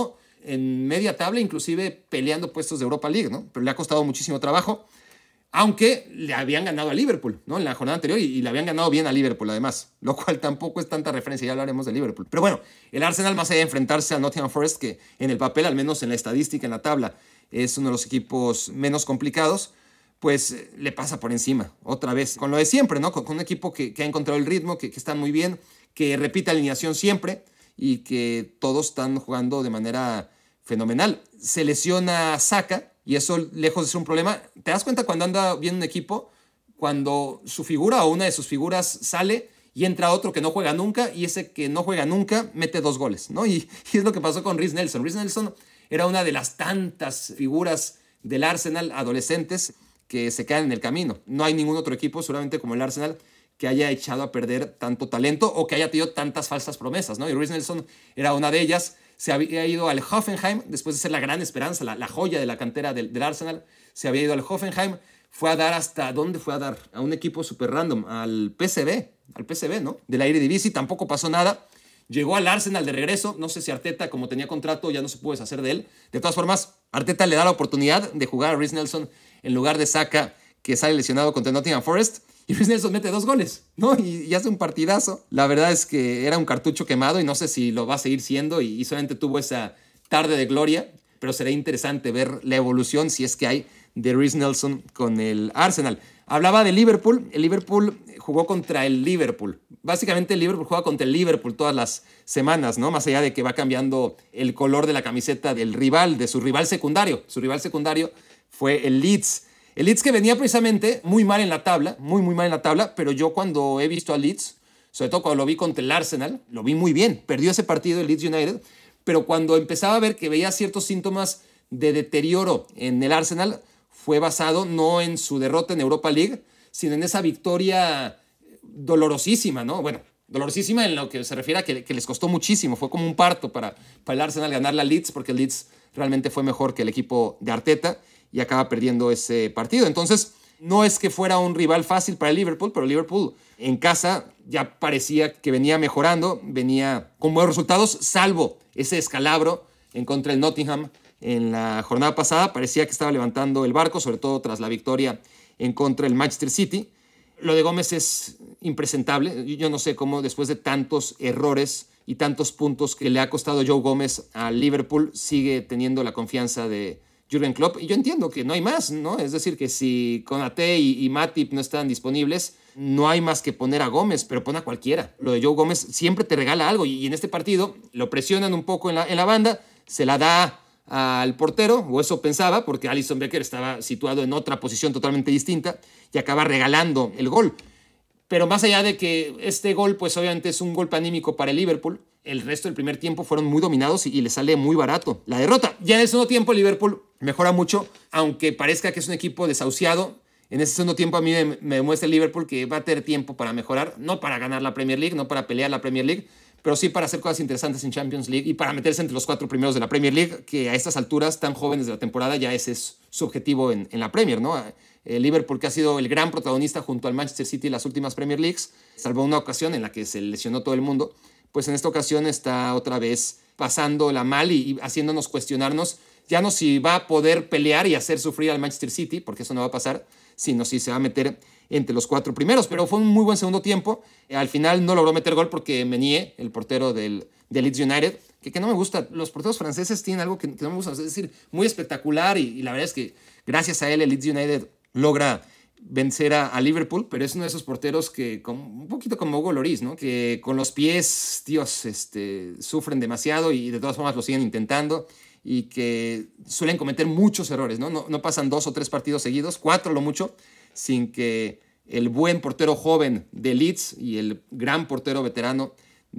en media tabla, inclusive peleando puestos de Europa League, ¿no? Pero le ha costado muchísimo trabajo, aunque le habían ganado a Liverpool, ¿no? En la jornada anterior y, y le habían ganado bien a Liverpool además, lo cual tampoco es tanta referencia, ya hablaremos de Liverpool. Pero bueno, el Arsenal, más allá de enfrentarse al Nottingham Forest, que en el papel, al menos en la estadística, en la tabla, es uno de los equipos menos complicados, pues eh, le pasa por encima, otra vez, con lo de siempre, ¿no? Con, con un equipo que, que ha encontrado el ritmo, que, que está muy bien, que repite alineación siempre y que todos están jugando de manera fenomenal. Se lesiona Saka, y eso, lejos de ser un problema, ¿te das cuenta cuando anda bien un equipo? Cuando su figura o una de sus figuras sale y entra otro que no juega nunca, y ese que no juega nunca mete dos goles, ¿no? Y, y es lo que pasó con Reiss Nelson. Reiss Nelson era una de las tantas figuras del Arsenal adolescentes que se quedan en el camino. No hay ningún otro equipo, seguramente como el Arsenal, que haya echado a perder tanto talento o que haya tenido tantas falsas promesas, ¿no? Y Reiss Nelson era una de ellas. Se había ido al Hoffenheim, después de ser la gran esperanza, la, la joya de la cantera del, del Arsenal. Se había ido al Hoffenheim, fue a dar hasta, ¿dónde fue a dar? A un equipo súper random, al P S V, al P S V, ¿no? De la Eredivisie, tampoco pasó nada. Llegó al Arsenal de regreso, no sé si Arteta, como tenía contrato, ya no se pudo deshacer de él. De todas formas, Arteta le da la oportunidad de jugar a Reiss Nelson en lugar de Saka, que sale lesionado contra Nottingham Forest. Y Reiss Nelson mete dos goles, ¿no? Y, y hace un partidazo. La verdad es que era un cartucho quemado y no sé si lo va a seguir siendo y, y solamente tuvo esa tarde de gloria, pero será interesante ver la evolución, si es que hay, de Reiss Nelson con el Arsenal. Hablaba de Liverpool. El Liverpool jugó contra el Liverpool. Básicamente el Liverpool juega contra el Liverpool todas las semanas, ¿no? Más allá de que va cambiando el color de la camiseta del rival, de su rival secundario. Su rival secundario fue el Leeds. El Leeds que venía precisamente muy mal en la tabla, muy, muy mal en la tabla, pero yo cuando he visto al Leeds, sobre todo cuando lo vi contra el Arsenal, lo vi muy bien. Perdió ese partido el Leeds United, pero cuando empezaba a ver que veía ciertos síntomas de deterioro en el Arsenal, fue basado no en su derrota en Europa League, sino en esa victoria dolorosísima, ¿no? Bueno, dolorosísima en lo que se refiere a que, que les costó muchísimo. Fue como un parto para, para el Arsenal ganarle al Leeds, porque el Leeds realmente fue mejor que el equipo de Arteta y acaba perdiendo ese partido. Entonces, no es que fuera un rival fácil para el Liverpool, pero el Liverpool en casa ya parecía que venía mejorando, venía con buenos resultados, salvo ese escalabro en contra del Nottingham en la jornada pasada. Parecía que estaba levantando el barco, sobre todo tras la victoria en contra del Manchester City. Lo de Gómez es impresentable. Yo no sé cómo después de tantos errores y tantos puntos que le ha costado Joe Gómez al Liverpool, sigue teniendo la confianza de Jürgen Klopp. Y yo entiendo que no hay más, ¿no? Es decir, que si Konaté y, y Matip no están disponibles, no hay más que poner a Gómez, pero pon a cualquiera. Lo de Joe Gómez siempre te regala algo. Y, y en este partido lo presionan un poco en la, en la banda, se la da al portero, o eso pensaba, porque Alisson Becker estaba situado en otra posición totalmente distinta y acaba regalando el gol. Pero más allá de que este gol, pues obviamente es un golpe anímico para el Liverpool, el resto del primer tiempo fueron muy dominados y, y le sale muy barato la derrota. Ya en el segundo tiempo el Liverpool mejora mucho, aunque parezca que es un equipo desahuciado. En ese segundo tiempo a mí me, me demuestra el Liverpool que va a tener tiempo para mejorar, no para ganar la Premier League, no para pelear la Premier League, pero sí para hacer cosas interesantes en Champions League y para meterse entre los cuatro primeros de la Premier League, que a estas alturas tan jóvenes de la temporada ya ese es su objetivo en, en la Premier, ¿no? El Liverpool, que ha sido el gran protagonista junto al Manchester City en las últimas Premier Leagues, salvo una ocasión en la que se lesionó todo el mundo, pues en esta ocasión está otra vez pasándola mal y, y haciéndonos cuestionarnos ya no si va a poder pelear y hacer sufrir al Manchester City, porque eso no va a pasar, sino si se va a meter entre los cuatro primeros. Pero fue un muy buen segundo tiempo. Al final no logró meter gol porque Meunier, el portero del, del Leeds United, que, que no me gusta. Los porteros franceses tienen algo que, que no me gusta, es decir, muy espectacular y, y la verdad es que gracias a él el Leeds United logra vencer a, a Liverpool, pero es uno de esos porteros que, como, un poquito como Hugo Lloris, ¿no? Que con los pies, Dios, este, sufren demasiado y de todas formas lo siguen intentando y que suelen cometer muchos errores, ¿no? No, no pasan dos o tres partidos seguidos, cuatro lo mucho, sin que el buen portero joven de Leeds y el gran portero veterano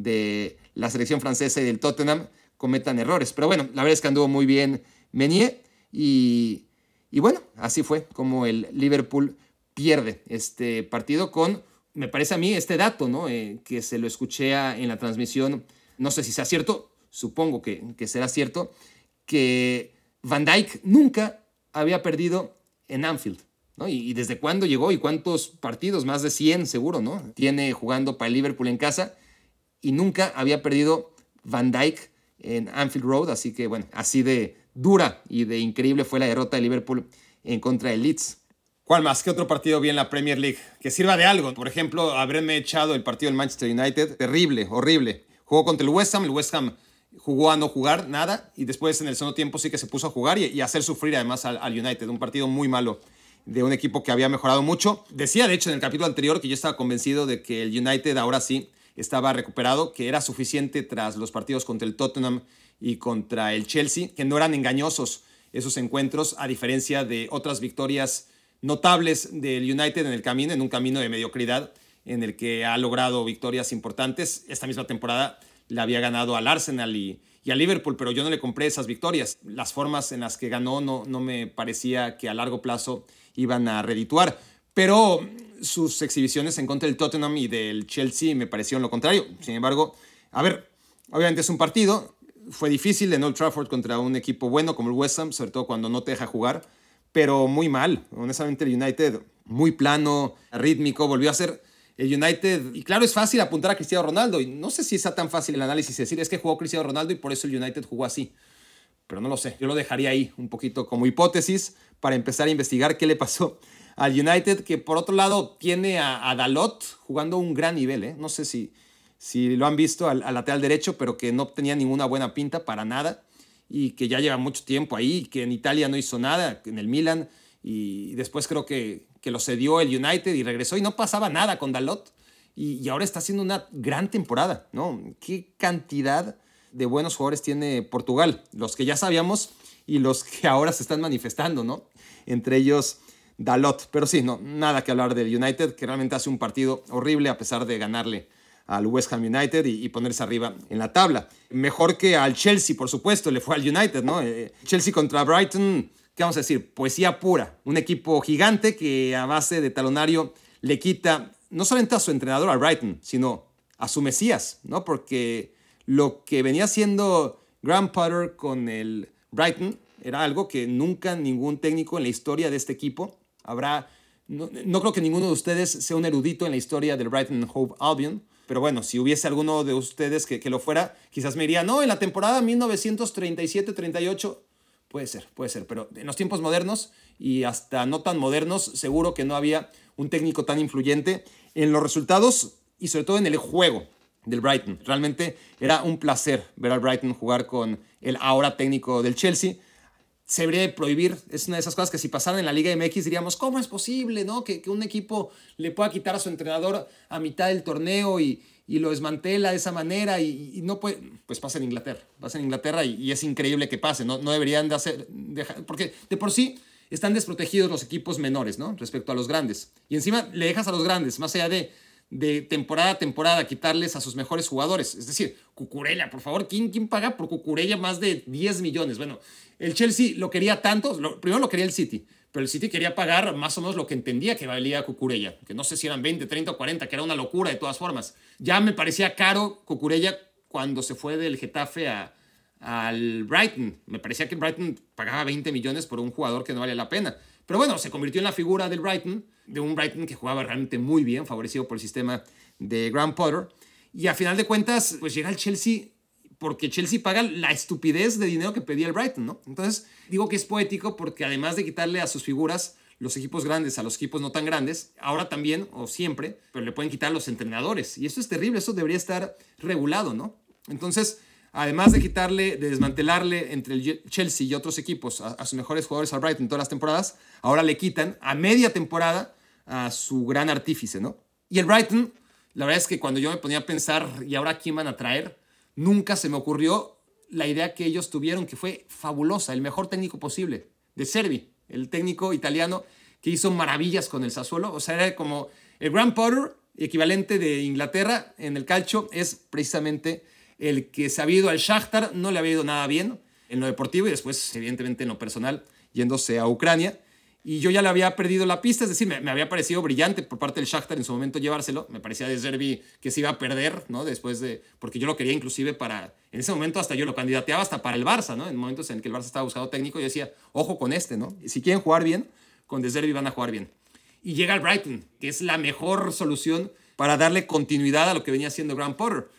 de la selección francesa y del Tottenham cometan errores. Pero bueno, la verdad es que anduvo muy bien Meunier y, y bueno, así fue como el Liverpool pierde este partido con, me parece a mí, este dato, ¿no? Eh, que se lo escuché en la transmisión, no sé si sea cierto, supongo que, que será cierto, que Van Dijk nunca había perdido en Anfield, ¿no? Y, y desde cuándo llegó y cuántos partidos, más de cien seguro, ¿no? Tiene jugando para el Liverpool en casa y nunca había perdido Van Dijk en Anfield Road, así que bueno, así de dura y de increíble fue la derrota de Liverpool en contra del Leeds. ¿Cuál más? ¿Qué otro partido vi en la Premier League? Que sirva de algo. Por ejemplo, haberme echado el partido del Manchester United. Terrible, horrible. Jugó contra el West Ham. El West Ham jugó a no jugar nada. Y después en el segundo tiempo sí que se puso a jugar y, y a hacer sufrir además al, al United. Un partido muy malo de un equipo que había mejorado mucho. Decía, de hecho, en el capítulo anterior que yo estaba convencido de que el United ahora sí estaba recuperado, que era suficiente tras los partidos contra el Tottenham y contra el Chelsea, que no eran engañosos esos encuentros, a diferencia de otras victorias notables del United en el camino, en un camino de mediocridad en el que ha logrado victorias importantes. Esta misma temporada le había ganado al Arsenal y, y al Liverpool, pero yo no le compré esas victorias. Las formas en las que ganó no, no me parecía que a largo plazo iban a redituar, pero sus exhibiciones en contra del Tottenham y del Chelsea me parecieron lo contrario. Sin embargo, a ver, obviamente es un partido, fue difícil en Old Trafford contra un equipo bueno como el West Ham, sobre todo cuando no te deja jugar, pero muy mal. Honestamente, el United muy plano, rítmico, volvió a ser el United. Y claro, es fácil apuntar a Cristiano Ronaldo. Y no sé si está tan fácil el análisis decir es que jugó Cristiano Ronaldo y por eso el United jugó así. Pero no lo sé. Yo lo dejaría ahí un poquito como hipótesis para empezar a investigar qué le pasó al United, que por otro lado tiene a, a Dalot jugando un gran nivel. ¿eh? No sé si, si lo han visto al, al lateral derecho, pero que no tenía ninguna buena pinta para nada. Y que ya lleva mucho tiempo ahí, que en Italia no hizo nada, en el Milan, y después creo que, que lo cedió el United y regresó y no pasaba nada con Dalot, y, y ahora está haciendo una gran temporada, ¿no? ¿Qué cantidad de buenos jugadores tiene Portugal? Los que ya sabíamos y los que ahora se están manifestando, ¿no? Entre ellos Dalot, pero sí, no, nada que hablar del United, que realmente hace un partido horrible a pesar de ganarle al West Ham United y, y ponerse arriba en la tabla. Mejor que al Chelsea, por supuesto, le fue al United, ¿no? Eh, Chelsea contra Brighton, ¿qué vamos a decir? Poesía pura. Un equipo gigante que a base de talonario le quita no solamente a su entrenador, a Brighton, sino a su Mesías, ¿no? Porque lo que venía haciendo Graham Potter con el Brighton era algo que nunca ningún técnico en la historia de este equipo habrá... No, no creo que ninguno de ustedes sea un erudito en la historia del Brighton and Hove Albion, pero bueno, si hubiese alguno de ustedes que, que lo fuera, quizás me diría, no, en la temporada mil novecientos treinta y siete treinta y ocho, puede ser, puede ser, pero en los tiempos modernos y hasta no tan modernos, seguro que no había un técnico tan influyente en los resultados y sobre todo en el juego del Brighton. Realmente era un placer ver al Brighton jugar con el ahora técnico del Chelsea. Se debería de prohibir, es una de esas cosas que si pasaran en la Liga M X diríamos, ¿cómo es posible, no? que, que un equipo le pueda quitar a su entrenador a mitad del torneo y, y lo desmantela de esa manera y, y no puede... Pues pasa en Inglaterra, pasa en Inglaterra y, y es increíble que pase, no, no deberían de hacer... Dejar, porque de por sí están desprotegidos los equipos menores, ¿no? Respecto a los grandes. Y encima le dejas a los grandes, más allá de... de temporada a temporada, quitarles a sus mejores jugadores. Es decir, Cucurella, por favor, ¿quién, quién paga por Cucurella más de diez millones? Bueno, el Chelsea lo quería tanto, lo, primero lo quería el City, pero el City quería pagar más o menos lo que entendía que valía Cucurella, que no sé si eran veinte, treinta o cuarenta, que era una locura de todas formas. Ya me parecía caro Cucurella cuando se fue del Getafe a, al Brighton. Me parecía que el Brighton pagaba veinte millones por un jugador que no valía la pena. Pero bueno, se convirtió en la figura del Brighton, de un Brighton que jugaba realmente muy bien, favorecido por el sistema de Graham Potter. Y a final de cuentas, pues llega el Chelsea porque Chelsea paga la estupidez de dinero que pedía el Brighton, ¿no? Entonces, digo que es poético porque además de quitarle a sus figuras los equipos grandes a los equipos no tan grandes, ahora también, o siempre, pero le pueden quitar a los entrenadores. Y esto es terrible, eso debería estar regulado, ¿no? Entonces, además de quitarle, de desmantelarle entre el Chelsea y otros equipos a, a sus mejores jugadores al Brighton todas las temporadas, ahora le quitan a media temporada a su gran artífice, ¿no? Y el Brighton, la verdad es que cuando yo me ponía a pensar, ¿y ahora quién van a traer? Nunca se me ocurrió la idea que ellos tuvieron, que fue fabulosa, el mejor técnico posible, De Zerbi, el técnico italiano que hizo maravillas con el Sassuolo. O sea, era como el Graham Potter, equivalente de Inglaterra en el calcio, es precisamente el que se había ido al Shakhtar, no le había ido nada bien en lo deportivo y después, evidentemente, en lo personal, yéndose a Ucrania. Y yo ya le había perdido la pista, es decir, me, me había parecido brillante por parte del Shakhtar en su momento llevárselo. Me parecía de Zerbi que se iba a perder, ¿no? Después de... Porque yo lo quería inclusive para... En ese momento hasta yo lo candidateaba hasta para el Barça, ¿no? En momentos en que el Barça estaba buscando técnico, yo decía, ojo con este, ¿no? Si quieren jugar bien, con De Zerbi van a jugar bien. Y llega el Brighton, que es la mejor solución para darle continuidad a lo que venía haciendo Graham Potter.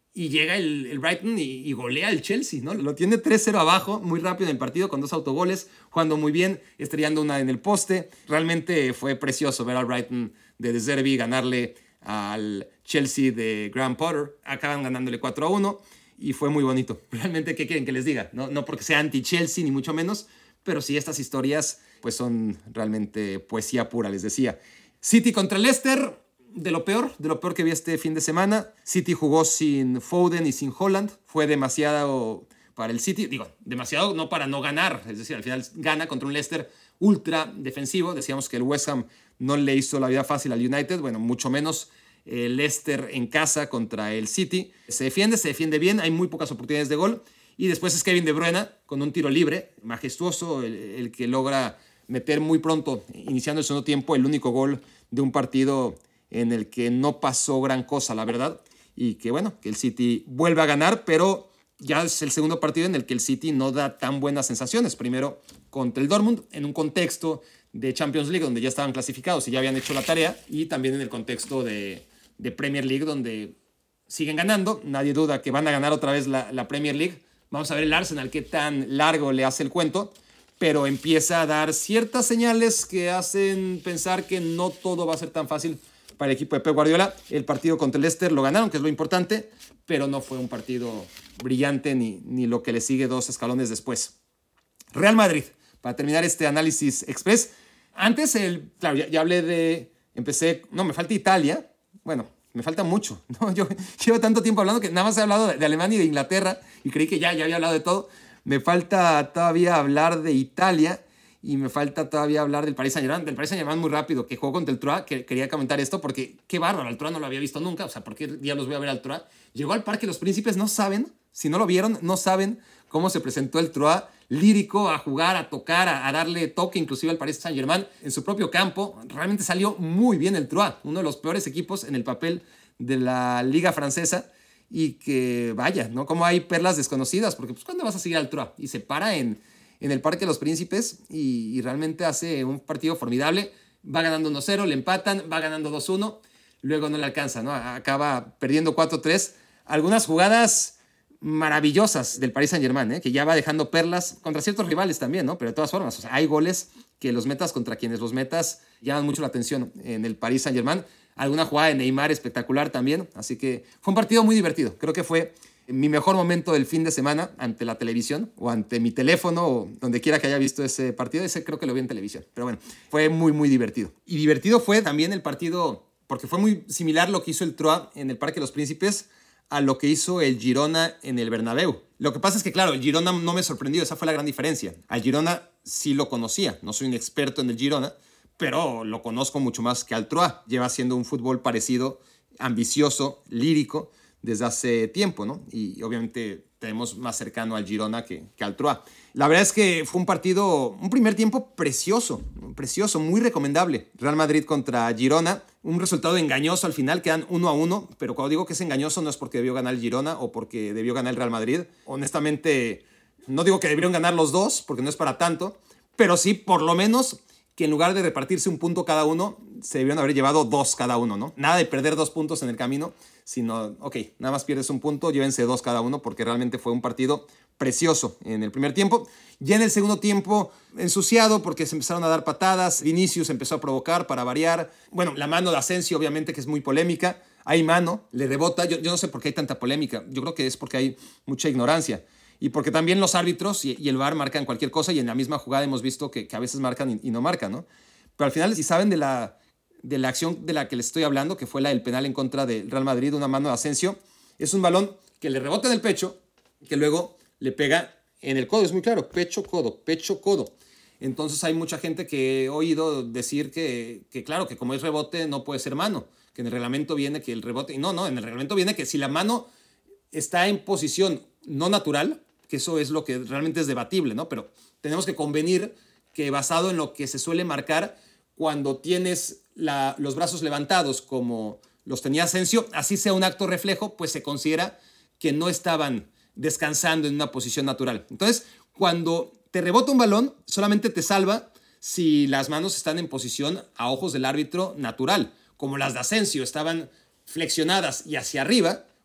y llega el, el Brighton y, y golea al Chelsea, ¿no? Lo tiene tres cero abajo, muy rápido en el partido, con dos autogoles, jugando muy bien, estrellando una en el poste. Realmente fue precioso ver al Brighton de De Zerbi ganarle al Chelsea de Graham Potter. Acaban ganándole cuatro a uno y fue muy bonito. Realmente, ¿qué quieren que les diga? No, no porque sea anti-Chelsea, ni mucho menos, pero sí, estas historias pues son realmente poesía pura, les decía. City contra Leicester, de lo peor, de lo peor que vi este fin de semana. City jugó sin Foden y sin Haaland. Fue demasiado para el City. Digo, demasiado no para no ganar. Es decir, al final gana contra un Leicester ultra defensivo. Decíamos que el West Ham no le hizo la vida fácil al United. Bueno, mucho menos el Leicester en casa contra el City. Se defiende, se defiende bien. Hay muy pocas oportunidades de gol. Y después es Kevin De Bruyne con un tiro libre, majestuoso, el, el que logra meter muy pronto, iniciando el segundo tiempo, el único gol de un partido en el que no pasó gran cosa, la verdad, y que bueno, que el City vuelve a ganar, pero ya es el segundo partido en el que el City no da tan buenas sensaciones. Primero contra el Dortmund, en un contexto de Champions League, donde ya estaban clasificados y ya habían hecho la tarea, y también en el contexto de, de Premier League, donde siguen ganando. Nadie duda que van a ganar otra vez la, la Premier League. Vamos a ver el Arsenal qué tan largo le hace el cuento, pero empieza a dar ciertas señales que hacen pensar que no todo va a ser tan fácil para el equipo de Pep Guardiola. El partido contra el Leicester lo ganaron, que es lo importante, pero no fue un partido brillante ni, ni lo que le sigue dos escalones después. Real Madrid, para terminar este análisis express. Antes, el, claro, ya, ya hablé de... Empecé... No, me falta Italia. Bueno, me falta mucho, ¿no? Yo llevo tanto tiempo hablando que nada más he hablado de, de Alemania y de Inglaterra y creí que ya, ya había hablado de todo. Me falta todavía hablar de Italia y me falta todavía hablar del Paris Saint-Germain. Del Paris Saint-Germain muy rápido, que jugó contra el Troyes, que quería comentar esto porque qué bárbaro, al Troyes no lo había visto nunca. O sea, ¿por qué diablos voy a ver al Troyes? Llegó al Parque Los Príncipes, no saben, si no lo vieron, no saben cómo se presentó el Troyes lírico a jugar, a tocar, a, a darle toque inclusive al Paris Saint-Germain en su propio campo. Realmente salió muy bien el Troyes, uno de los peores equipos en el papel de la liga francesa, y que vaya, ¿no? Como hay perlas desconocidas, porque pues ¿cuándo vas a seguir al Troyes? Y se para en, en el Parque de los Príncipes y, y realmente hace un partido formidable. Va ganando uno cero, le empatan, va ganando dos uno, luego no le alcanza, ¿no? Acaba perdiendo cuatro tres. Algunas jugadas maravillosas del Paris Saint-Germain, ¿eh? Que ya va dejando perlas contra ciertos rivales también, ¿no? Pero de todas formas, o sea, hay goles que los metas contra quienes los metas llaman mucho la atención en el Paris Saint-Germain. Alguna jugada de Neymar espectacular también. Así que fue un partido muy divertido. Creo que fue mi mejor momento del fin de semana ante la televisión o ante mi teléfono o donde quiera que haya visto ese partido. Ese creo que lo vi en televisión. Pero bueno, fue muy, muy divertido. Y divertido fue también el partido porque fue muy similar lo que hizo el Troyes en el Parque de los Príncipes a lo que hizo el Girona en el Bernabéu. Lo que pasa es que, claro, el Girona no me sorprendió. Esa fue la gran diferencia. Al Girona sí lo conocía. No soy un experto en el Girona, pero lo conozco mucho más que al Troyes. Lleva haciendo un fútbol parecido, ambicioso, lírico, desde hace tiempo, ¿no? Y obviamente tenemos más cercano al Girona que, que al Troyes. La verdad es que fue un partido, un primer tiempo precioso, precioso, muy recomendable. Real Madrid contra Girona, un resultado engañoso al final, quedan uno a uno, pero cuando digo que es engañoso no es porque debió ganar el Girona o porque debió ganar el Real Madrid. Honestamente, no digo que debieron ganar los dos, porque no es para tanto, pero sí, por lo menos, que en lugar de repartirse un punto cada uno, se debieron haber llevado dos cada uno, ¿no? Nada de perder dos puntos en el camino, sino, ok, nada más pierdes un punto, llévense dos cada uno, porque realmente fue un partido precioso en el primer tiempo. Ya en el segundo tiempo, ensuciado, porque se empezaron a dar patadas, Vinicius empezó a provocar para variar. Bueno, la mano de Asensio, obviamente, que es muy polémica. Hay mano, le rebota. Yo, yo no sé por qué hay tanta polémica. Yo creo que es porque hay mucha ignorancia. Y porque también los árbitros y, y el V A R marcan cualquier cosa y en la misma jugada hemos visto que, que a veces marcan y, y no marcan, ¿no? Pero al final, si saben de la, de la acción de la que les estoy hablando, que fue la del penal en contra del Real Madrid, una mano de Asensio, es un balón que le rebota en el pecho, que luego le pega en el codo. Es muy claro, pecho-codo, pecho-codo. Entonces hay mucha gente que he oído decir que, que, claro, que como es rebote no puede ser mano, que en el reglamento viene que el rebote... Y no, no, en el reglamento viene que si la mano está en posición no natural, que eso es lo que realmente es debatible, ¿no? Pero tenemos que convenir que basado en lo que se suele marcar cuando tienes la, los brazos levantados como los tenía Asensio, así sea un acto reflejo, pues se considera que no estaban descansando en una posición natural. Entonces, cuando te rebota un balón, solamente te salva si las manos están en posición a ojos del árbitro natural, como las de Asensio estaban flexionadas y hacia arriba,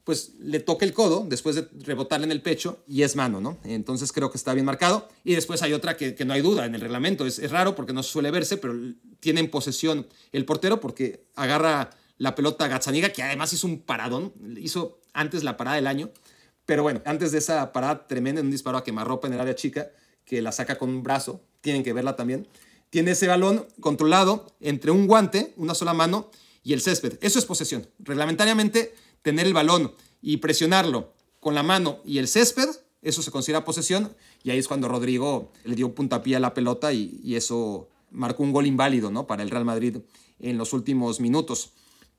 pues le toca el codo después de rebotarle en el pecho y es mano, ¿no? Entonces creo que está bien marcado. Y después hay otra que, que no hay duda en el reglamento. Es, es raro porque no suele verse, pero tiene en posesión el portero porque agarra la pelota a Gazzaniga, que además hizo un paradón. Hizo antes la parada del año. Pero bueno, antes de esa parada tremenda, en un disparo a quemarropa en el área chica, que la saca con un brazo, tienen que verla también. Tiene ese balón controlado entre un guante, una sola mano, y el césped. Eso es posesión. Reglamentariamente, tener el balón y presionarlo con la mano y el césped, eso se considera posesión, y ahí es cuando Rodrigo le dio puntapié a la pelota y, y eso marcó un gol inválido, ¿no?, para el Real Madrid en los últimos minutos.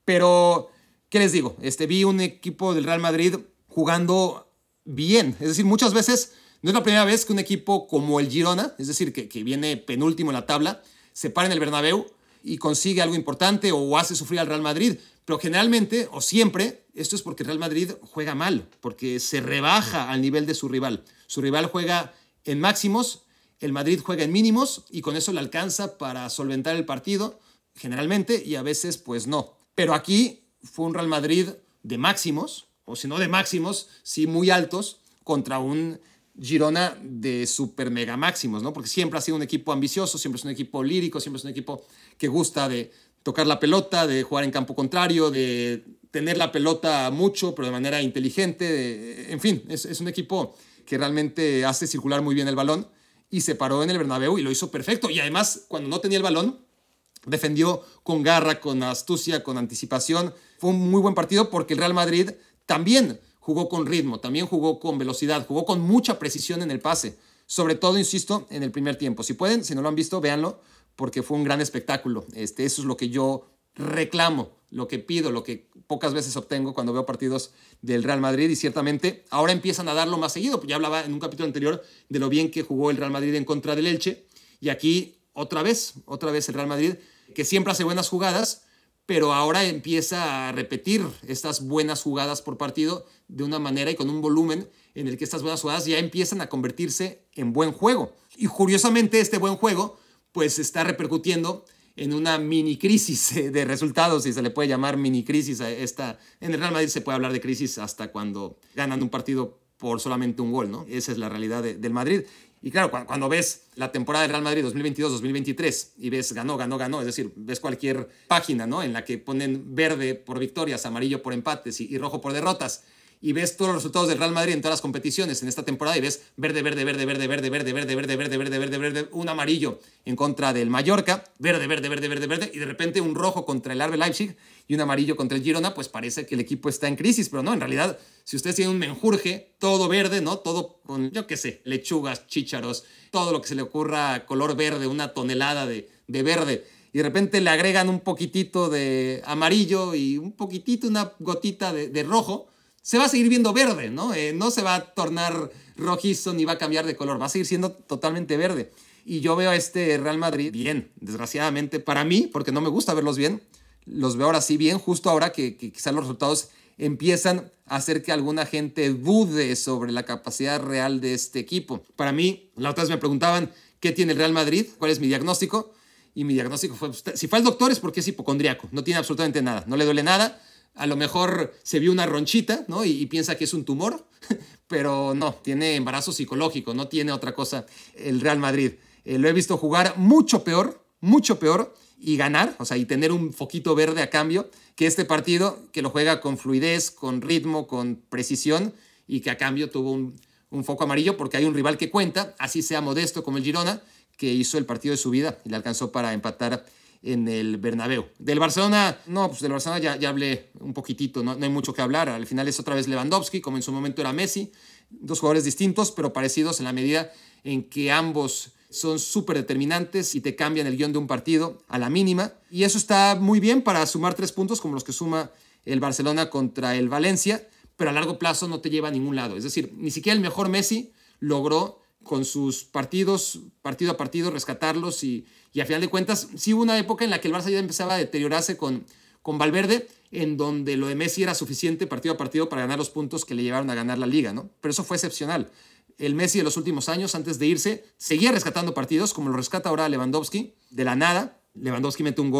Pero, ¿qué les digo? Este, vi un equipo del Real Madrid jugando bien. Es decir, muchas veces no es la primera vez que un equipo como el Girona, es decir, que, que viene penúltimo en la tabla, se para en el Bernabéu y consigue algo importante o hace sufrir al Real Madrid. Pero generalmente, o siempre, esto es porque el Real Madrid juega mal, porque se rebaja al nivel de su rival. Su rival juega en máximos, el Madrid juega en mínimos y con eso le alcanza para solventar el partido, generalmente, y a veces pues no. Pero aquí fue un Real Madrid de máximos, o si no de máximos, sí muy altos, contra un Girona de super mega máximos, ¿no? Porque siempre ha sido un equipo ambicioso, siempre es un equipo lírico, siempre es un equipo que gusta de tocar la pelota, de jugar en campo contrario, de tener la pelota mucho, pero de manera inteligente. De, en fin, es, es un equipo que realmente hace circular muy bien el balón y se paró en el Bernabéu y lo hizo perfecto. Y además, cuando no tenía el balón, defendió con garra, con astucia, con anticipación. Fue un muy buen partido porque el Real Madrid también jugó con ritmo, también jugó con velocidad, jugó con mucha precisión en el pase. Sobre todo, insisto, en el primer tiempo. Si pueden, si no lo han visto, véanlo, porque fue un gran espectáculo. Este, eso es lo que yo reclamo, lo que pido, lo que pocas veces obtengo cuando veo partidos del Real Madrid, y ciertamente ahora empiezan a darlo más seguido. Ya hablaba en un capítulo anterior de lo bien que jugó el Real Madrid en contra del Elche, y aquí otra vez, otra vez el Real Madrid, que siempre hace buenas jugadas, pero ahora empieza a repetir estas buenas jugadas por partido de una manera y con un volumen en el que estas buenas jugadas ya empiezan a convertirse en buen juego. Y curiosamente este buen juego pues está repercutiendo en una mini crisis de resultados, si se le puede llamar mini crisis a esta. En el Real Madrid se puede hablar de crisis hasta cuando ganan un partido por solamente un gol, ¿no? Esa es la realidad de, del Madrid. Y claro, cuando, cuando ves la temporada del Real Madrid dos mil veintidós dos mil veintitrés y ves ganó, ganó, ganó, es decir, ves cualquier página, ¿no?, en la que ponen verde por victorias, amarillo por empates y, y rojo por derrotas, y ves todos los resultados del Real Madrid en todas las competiciones en esta temporada y ves verde, verde, verde, verde, verde, verde, verde, verde, verde, verde, verde, verde, un amarillo en contra del Mallorca, verde, verde, verde, verde, verde, y de repente un rojo contra el R B Leipzig y un amarillo contra el Girona, pues parece que el equipo está en crisis, pero no, en realidad, si ustedes tienen un menjurje, todo verde, ¿no? Todo con, yo qué sé, lechugas, chícharos, todo lo que se le ocurra color verde, una tonelada de, de verde, y de repente le agregan un poquitito de amarillo y un poquitito, una gotita de, de rojo, se va a seguir viendo verde, ¿no? Eh, no se va a tornar rojizo ni va a cambiar de color, va a seguir siendo totalmente verde. Y yo veo a este Real Madrid bien, desgraciadamente para mí, porque no me gusta verlos bien, los veo ahora sí bien, justo ahora que, que quizás los resultados empiezan a hacer que alguna gente dude sobre la capacidad real de este equipo. Para mí, la otra vez me preguntaban, ¿qué tiene el Real Madrid? ¿Cuál es mi diagnóstico? Y mi diagnóstico fue, si fue al doctor es porque es hipocondriaco, no tiene absolutamente nada, no le duele nada. A lo mejor se vio una ronchita, ¿no? Y, y piensa que es un tumor, pero no, tiene embarazo psicológico, no tiene otra cosa el Real Madrid. Eh, lo he visto jugar mucho peor, mucho peor, y ganar, o sea, y tener un foquito verde a cambio, que este partido que lo juega con fluidez, con ritmo, con precisión, y que a cambio tuvo un, un foco amarillo porque hay un rival que cuenta, así sea modesto como el Girona, que hizo el partido de su vida y le alcanzó para empatar en el Bernabéu. Del Barcelona, no, pues del Barcelona ya, ya hablé un poquitito, no, no hay mucho que hablar. Al final es otra vez Lewandowski, como en su momento era Messi. Dos jugadores distintos, pero parecidos en la medida en que ambos son súper determinantes y te cambian el guión de un partido a la mínima. Y eso está muy bien para sumar tres puntos como los que suma el Barcelona contra el Valencia, pero a largo plazo no te lleva a ningún lado. Es decir, ni siquiera el mejor Messi logró con sus partidos, partido a partido, rescatarlos y, y a final de cuentas, sí hubo una época en la que el Barça ya empezaba a deteriorarse con, con Valverde, en donde lo de Messi era suficiente partido a partido para ganar los puntos que le llevaron a ganar la Liga, ¿no? Pero eso fue excepcional. El Messi de los últimos años, antes de irse, seguía rescatando partidos, como lo rescata ahora Lewandowski, de la nada. Lewandowski mete un gol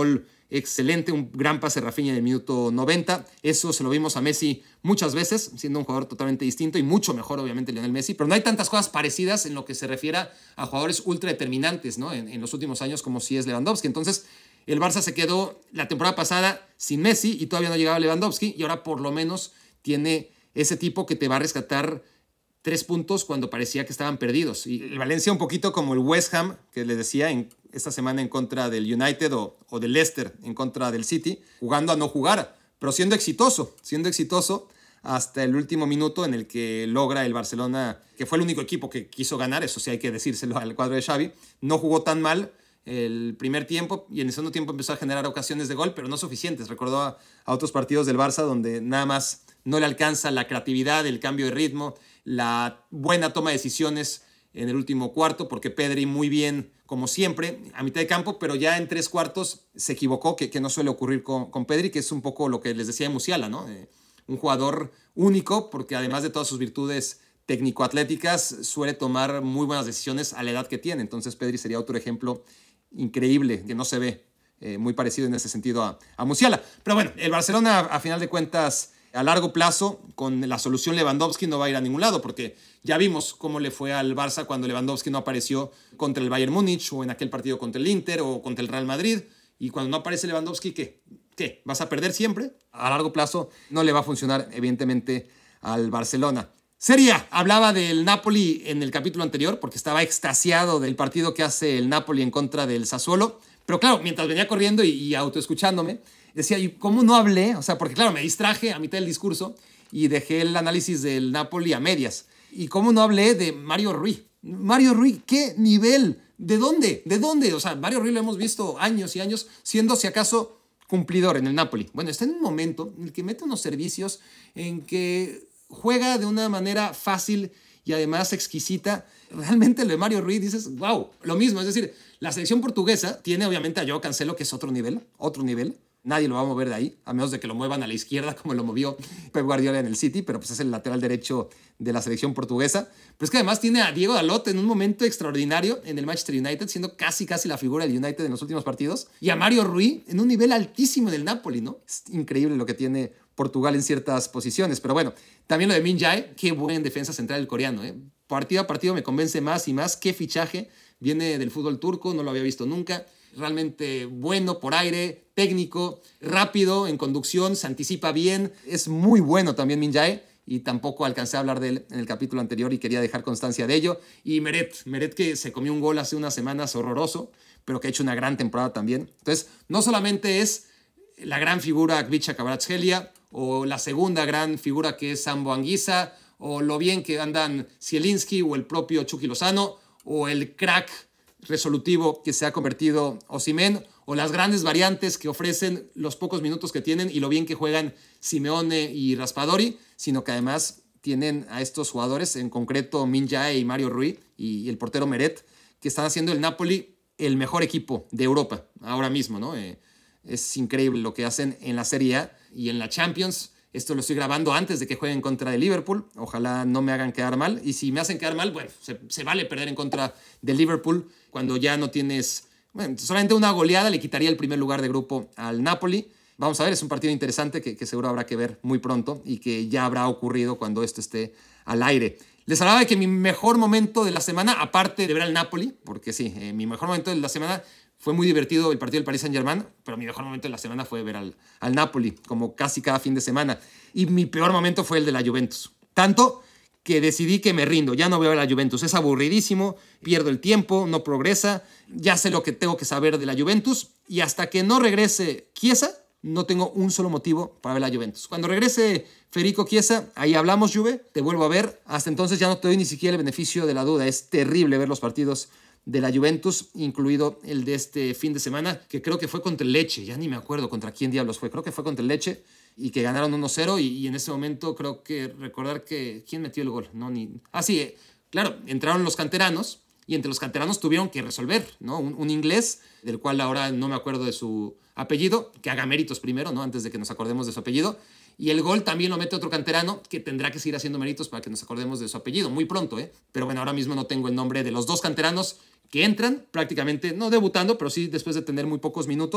excelente, un gran pase de Rafinha en el minuto noventa. Eso se lo vimos a Messi muchas veces, siendo un jugador totalmente distinto y mucho mejor, obviamente, Lionel Messi. Pero no hay tantas cosas parecidas en lo que se refiere a jugadores ultra determinantes, ¿no? en, en los últimos años, como si es Lewandowski. Entonces, el Barça se quedó la temporada pasada sin Messi y todavía no llegaba Lewandowski, y ahora por lo menos tiene ese tipo que te va a rescatar tres puntos cuando parecía que estaban perdidos. Y el Valencia un poquito como el West Ham, que les decía, en esta semana en contra del United, o, o del Leicester en contra del City, jugando a no jugar, pero siendo exitoso, siendo exitoso hasta el último minuto en el que logra el Barcelona, que fue el único equipo que quiso ganar, eso sí hay que decírselo al cuadro de Xavi, no jugó tan mal el primer tiempo y en el segundo tiempo empezó a generar ocasiones de gol, pero no suficientes. Recordó a, a otros partidos del Barça donde nada más no le alcanza la creatividad, el cambio de ritmo, la buena toma de decisiones en el último cuarto, porque Pedri muy bien, como siempre, a mitad de campo, pero ya en tres cuartos se equivocó, que, que no suele ocurrir con, con Pedri, que es un poco lo que les decía de Musiala, ¿no? Eh, un jugador único, porque además de todas sus virtudes técnico-atléticas, suele tomar muy buenas decisiones a la edad que tiene. Entonces Pedri sería otro ejemplo increíble, que no se ve eh, muy parecido en ese sentido a, a Musiala. Pero bueno, el Barcelona, a final de cuentas, a largo plazo, con la solución Lewandowski no va a ir a ningún lado, porque ya vimos cómo le fue al Barça cuando Lewandowski no apareció contra el Bayern Múnich, o en aquel partido contra el Inter, o contra el Real Madrid. Y cuando no aparece Lewandowski, ¿qué? ¿Qué? ¿Vas a perder siempre? A largo plazo no le va a funcionar, evidentemente, al Barcelona. Serie A, hablaba del Napoli en el capítulo anterior, porque estaba extasiado del partido que hace el Napoli en contra del Sassuolo. Pero claro, mientras venía corriendo y, y autoescuchándome, decía, ¿y cómo no hablé? O sea, porque claro, me distraje a mitad del discurso y dejé el análisis del Napoli a medias. ¿Y cómo no hablé de Mario Rui? Mario Rui, ¿qué nivel? ¿De dónde? ¿De dónde? O sea, Mario Rui lo hemos visto años y años siendo, si acaso, cumplidor en el Napoli. Bueno, está en un momento en el que mete unos servicios, en que juega de una manera fácil y además exquisita. Realmente lo de Mario Rui dices, wow, lo mismo. Es decir, la selección portuguesa tiene obviamente a Joao Cancelo, que es otro nivel, otro nivel. Nadie lo va a mover de ahí, a menos de que lo muevan a la izquierda, como lo movió Pep Guardiola en el City, pero pues es el lateral derecho de la selección portuguesa. Pero es que además tiene a Diego Dalot en un momento extraordinario en el Manchester United, siendo casi casi la figura del United en los últimos partidos, y a Mario Rui en un nivel altísimo en el Napoli, ¿no? Es increíble lo que tiene Portugal en ciertas posiciones. Pero bueno, también lo de Min Jae, qué buen defensa central el coreano, ¿eh? Partido a partido me convence más y más. Qué fichaje, viene del fútbol turco, no lo había visto nunca. Realmente bueno por aire, técnico, rápido en conducción, se anticipa bien. Es muy bueno también Min Jae, y tampoco alcancé a hablar de él en el capítulo anterior y quería dejar constancia de ello. Y Meret, Meret que se comió un gol hace unas semanas horroroso, pero que ha hecho una gran temporada también. Entonces, no solamente es la gran figura Kvicha Kvaratskhelia, o la segunda gran figura que es Sambo Anguissa, o lo bien que andan Zielinski o el propio Chucky Lozano, o el crack resolutivo que se ha convertido Osimhen, o las grandes variantes que ofrecen los pocos minutos que tienen y lo bien que juegan Simeone y Raspadori, sino que además tienen a estos jugadores, en concreto Min Jae y Mario Rui y el portero Meret, que están haciendo el Napoli el mejor equipo de Europa ahora mismo, ¿no? Eh, es increíble lo que hacen en la Serie A y en la Champions. Esto lo estoy grabando antes de que jueguen contra el Liverpool. Ojalá no me hagan quedar mal. Y si me hacen quedar mal, bueno, se, se vale perder en contra del Liverpool cuando ya no tienes... Bueno, solamente una goleada le quitaría el primer lugar de grupo al Napoli. Vamos a ver, es un partido interesante que, que seguro habrá que ver muy pronto y que ya habrá ocurrido cuando esto esté al aire. Les hablaba de que mi mejor momento de la semana, aparte de ver al Napoli, porque sí, eh, mi mejor momento de la semana... Fue muy divertido el partido del Paris Saint-Germain, pero mi mejor momento de la semana fue ver al, al Napoli, como casi cada fin de semana. Y mi peor momento fue el de la Juventus. Tanto que decidí que me rindo, ya no veo a la Juventus. Es aburridísimo, pierdo el tiempo, no progresa, ya sé lo que tengo que saber de la Juventus, y hasta que no regrese Chiesa, no tengo un solo motivo para ver la Juventus. Cuando regrese Federico Chiesa, ahí hablamos, Juve, te vuelvo a ver. Hasta entonces ya no te doy ni siquiera el beneficio de la duda. Es terrible ver los partidos de la Juventus, incluido el de este fin de semana, que creo que fue contra el Lecce, ya ni me acuerdo contra quién diablos fue, creo que fue contra el Lecce, y que ganaron uno cero, y, y en ese momento creo que recordar que, ¿quién metió el gol? No, ni... Ah, sí, eh, claro, entraron los canteranos, y entre los canteranos tuvieron que resolver, ¿no? Un, un inglés, del cual ahora no me acuerdo de su apellido, que haga méritos primero, ¿no? Antes de que nos acordemos de su apellido. Y el gol también lo mete otro canterano que tendrá que seguir haciendo méritos para que nos acordemos de su apellido, muy pronto, ¿eh? Pero bueno, ahora mismo no tengo el nombre de los dos canteranos que entran, prácticamente, no debutando, pero sí después de tener muy pocos minutos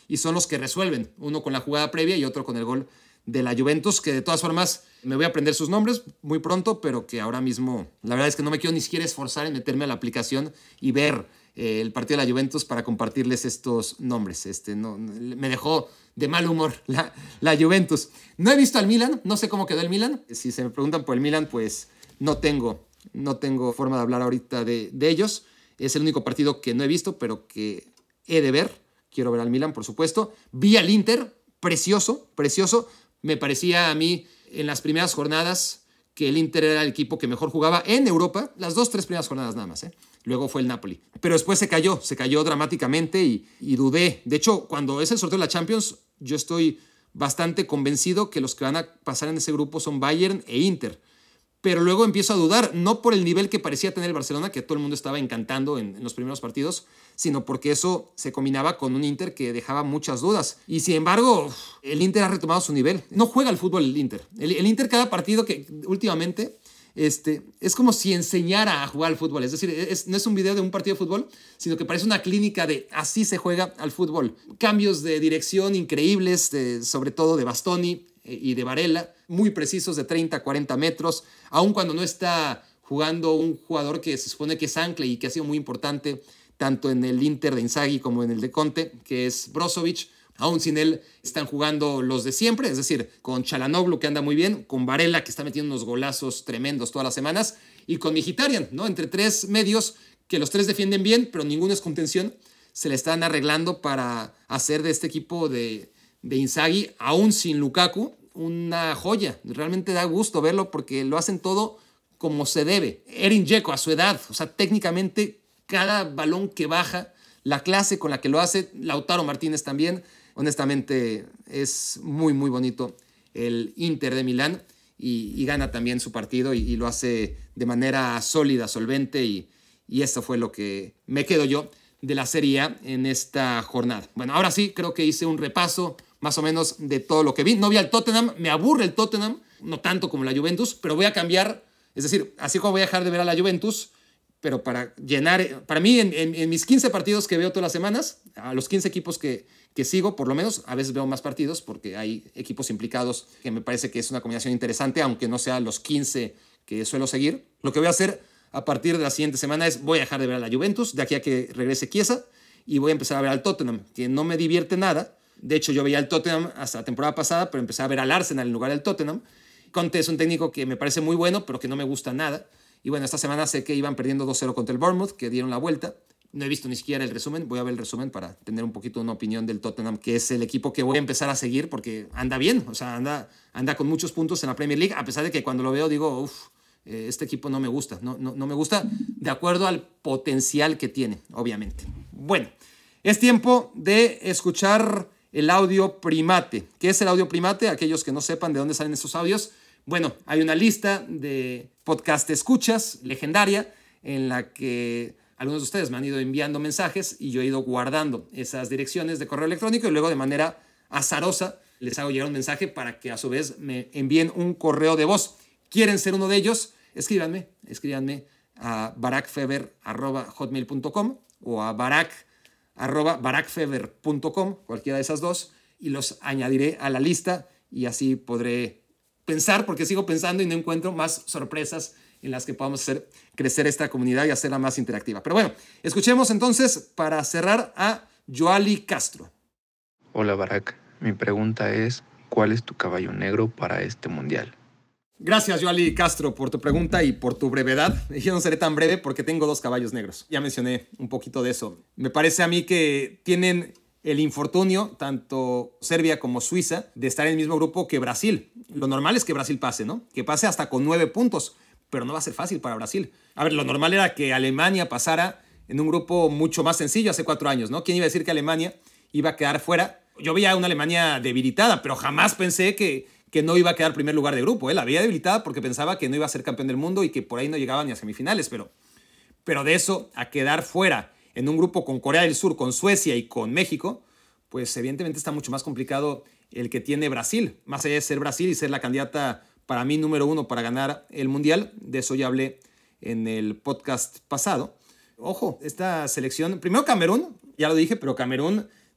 y son los que resuelven, uno con la jugada previa y otro con el gol de la Juventus, que de todas formas me voy a aprender sus nombres muy pronto, pero que ahora mismo la verdad es que no me quiero ni siquiera esforzar en meterme a la aplicación y ver eh, el partido de la Juventus para compartirles estos nombres. Este, no, me dejó de mal humor la, la Juventus. No he visto al Milan, no sé cómo quedó el Milan. Si se me preguntan por el Milan, pues no tengo, no tengo forma de hablar ahorita de, de ellos. Es el único partido que no he visto, pero que he de ver. Quiero ver al Milan, por supuesto. Vi al Inter, precioso, precioso. Me parecía a mí en las primeras jornadas que el Inter era el equipo que mejor jugaba en Europa, las dos, tres primeras jornadas nada más, ¿eh? Luego fue el Napoli. Pero después se cayó, se cayó dramáticamente y, y dudé. De hecho, cuando es el sorteo de la Champions, yo estoy bastante convencido que los que van a pasar en ese grupo son Bayern e Inter. Pero luego empiezo a dudar, no por el nivel que parecía tener el Barcelona, que todo el mundo estaba encantando en, en los primeros partidos, sino porque eso se combinaba con un Inter que dejaba muchas dudas. Y sin embargo, el Inter ha retomado su nivel. No juega al fútbol el Inter. El, el Inter cada partido que últimamente este, es como si enseñara a jugar al fútbol. Es decir, es, no es un video de un partido de fútbol, sino que parece una clínica de así se juega al fútbol. Cambios de dirección increíbles, de, sobre todo de Bastoni y de Varela, muy precisos de treinta a cuarenta metros, aun cuando no está jugando un jugador que se supone que es ancla y que ha sido muy importante tanto en el Inter de Inzaghi como en el de Conte, que es Brozovic. Aún sin él están jugando los de siempre, es decir, con Çalhanoğlu, que anda muy bien, con Varela, que está metiendo unos golazos tremendos todas las semanas, y con Mkhitaryan, ¿no? Entre tres medios que los tres defienden bien, pero ninguno es contención, se le están arreglando para hacer de este equipo de, de Inzaghi, aún sin Lukaku, una joya. Realmente da gusto verlo porque lo hacen todo como se debe. Edin Dzeko a su edad, o sea, técnicamente cada balón que baja, la clase con la que lo hace, Lautaro Martínez también, honestamente es muy muy bonito el Inter de Milán y, y gana también su partido y, y lo hace de manera sólida, solvente y, y eso fue lo que me quedo yo de la Serie A en esta jornada. Bueno, ahora sí, creo que hice un repaso más o menos de todo lo que vi. No vi al Tottenham, me aburre el Tottenham, no tanto como la Juventus, pero voy a cambiar, es decir, así como voy a dejar de ver a la Juventus, pero para llenar, para mí en, en, en mis quince partidos que veo todas las semanas, a los quince equipos que, que sigo, por lo menos, a veces veo más partidos porque hay equipos implicados que me parece que es una combinación interesante, aunque no sea los quince que suelo seguir. Lo que voy a hacer a partir de la siguiente semana es voy a dejar de ver a la Juventus, de aquí a que regrese Chiesa, y voy a empezar a ver al Tottenham, que no me divierte nada. De hecho, yo veía al Tottenham hasta la temporada pasada, pero empecé a ver al Arsenal en lugar del Tottenham. Conte es un técnico que me parece muy bueno, pero que no me gusta nada. Y bueno, esta semana sé que iban perdiendo dos cero contra el Bournemouth, que dieron la vuelta. No he visto ni siquiera el resumen. Voy a ver el resumen para tener un poquito una opinión del Tottenham, que es el equipo que voy a empezar a seguir porque anda bien. O sea, anda, anda con muchos puntos en la Premier League, a pesar de que cuando lo veo digo, uff, eh, este equipo no me gusta. No, no, no me gusta de acuerdo al potencial que tiene, obviamente. Bueno, es tiempo de escuchar el audio primate. ¿Qué es el audio primate? Aquellos que no sepan de dónde salen esos audios. Bueno, hay una lista de podcast escuchas legendaria en la que algunos de ustedes me han ido enviando mensajes y yo he ido guardando esas direcciones de correo electrónico y luego de manera azarosa les hago llegar un mensaje para que a su vez me envíen un correo de voz. ¿Quieren ser uno de ellos? Escríbanme, escríbanme a barakfeber arroba hotmail punto com o a barak arroba barakfeber punto com, cualquiera de esas dos, y los añadiré a la lista y así podré pensar, porque sigo pensando y no encuentro más sorpresas en las que podamos hacer crecer esta comunidad y hacerla más interactiva. Pero bueno, escuchemos entonces para cerrar a Joali Castro. Hola Barak, mi pregunta es, ¿cuál es tu caballo negro para este mundial? Gracias, Joali Castro, por tu pregunta y por tu brevedad. Yo no seré tan breve porque tengo dos caballos negros. Ya mencioné un poquito de eso. Me parece a mí que tienen el infortunio, tanto Serbia como Suiza, de estar en el mismo grupo que Brasil. Lo normal es que Brasil pase, ¿no? Que pase hasta con nueve puntos, pero no va a ser fácil para Brasil. A ver, lo normal era que Alemania pasara en un grupo mucho más sencillo hace cuatro años, ¿no? ¿Quién iba a decir que Alemania iba a quedar fuera? Yo veía una Alemania debilitada, pero jamás pensé que, que no iba a quedar primer lugar de grupo, ¿eh? La veía debilitada porque pensaba que no iba a ser campeón del mundo y que por ahí no llegaba ni a semifinales, pero, pero de eso a quedar fuera en un grupo con Corea del Sur, con Suecia y con México, pues evidentemente está mucho más complicado el que tiene Brasil. Más allá de ser Brasil y ser la candidata para mí número uno para ganar el Mundial, de eso ya hablé en el podcast pasado. Ojo, esta selección, primero Camerún, ya lo dije, pero Camerún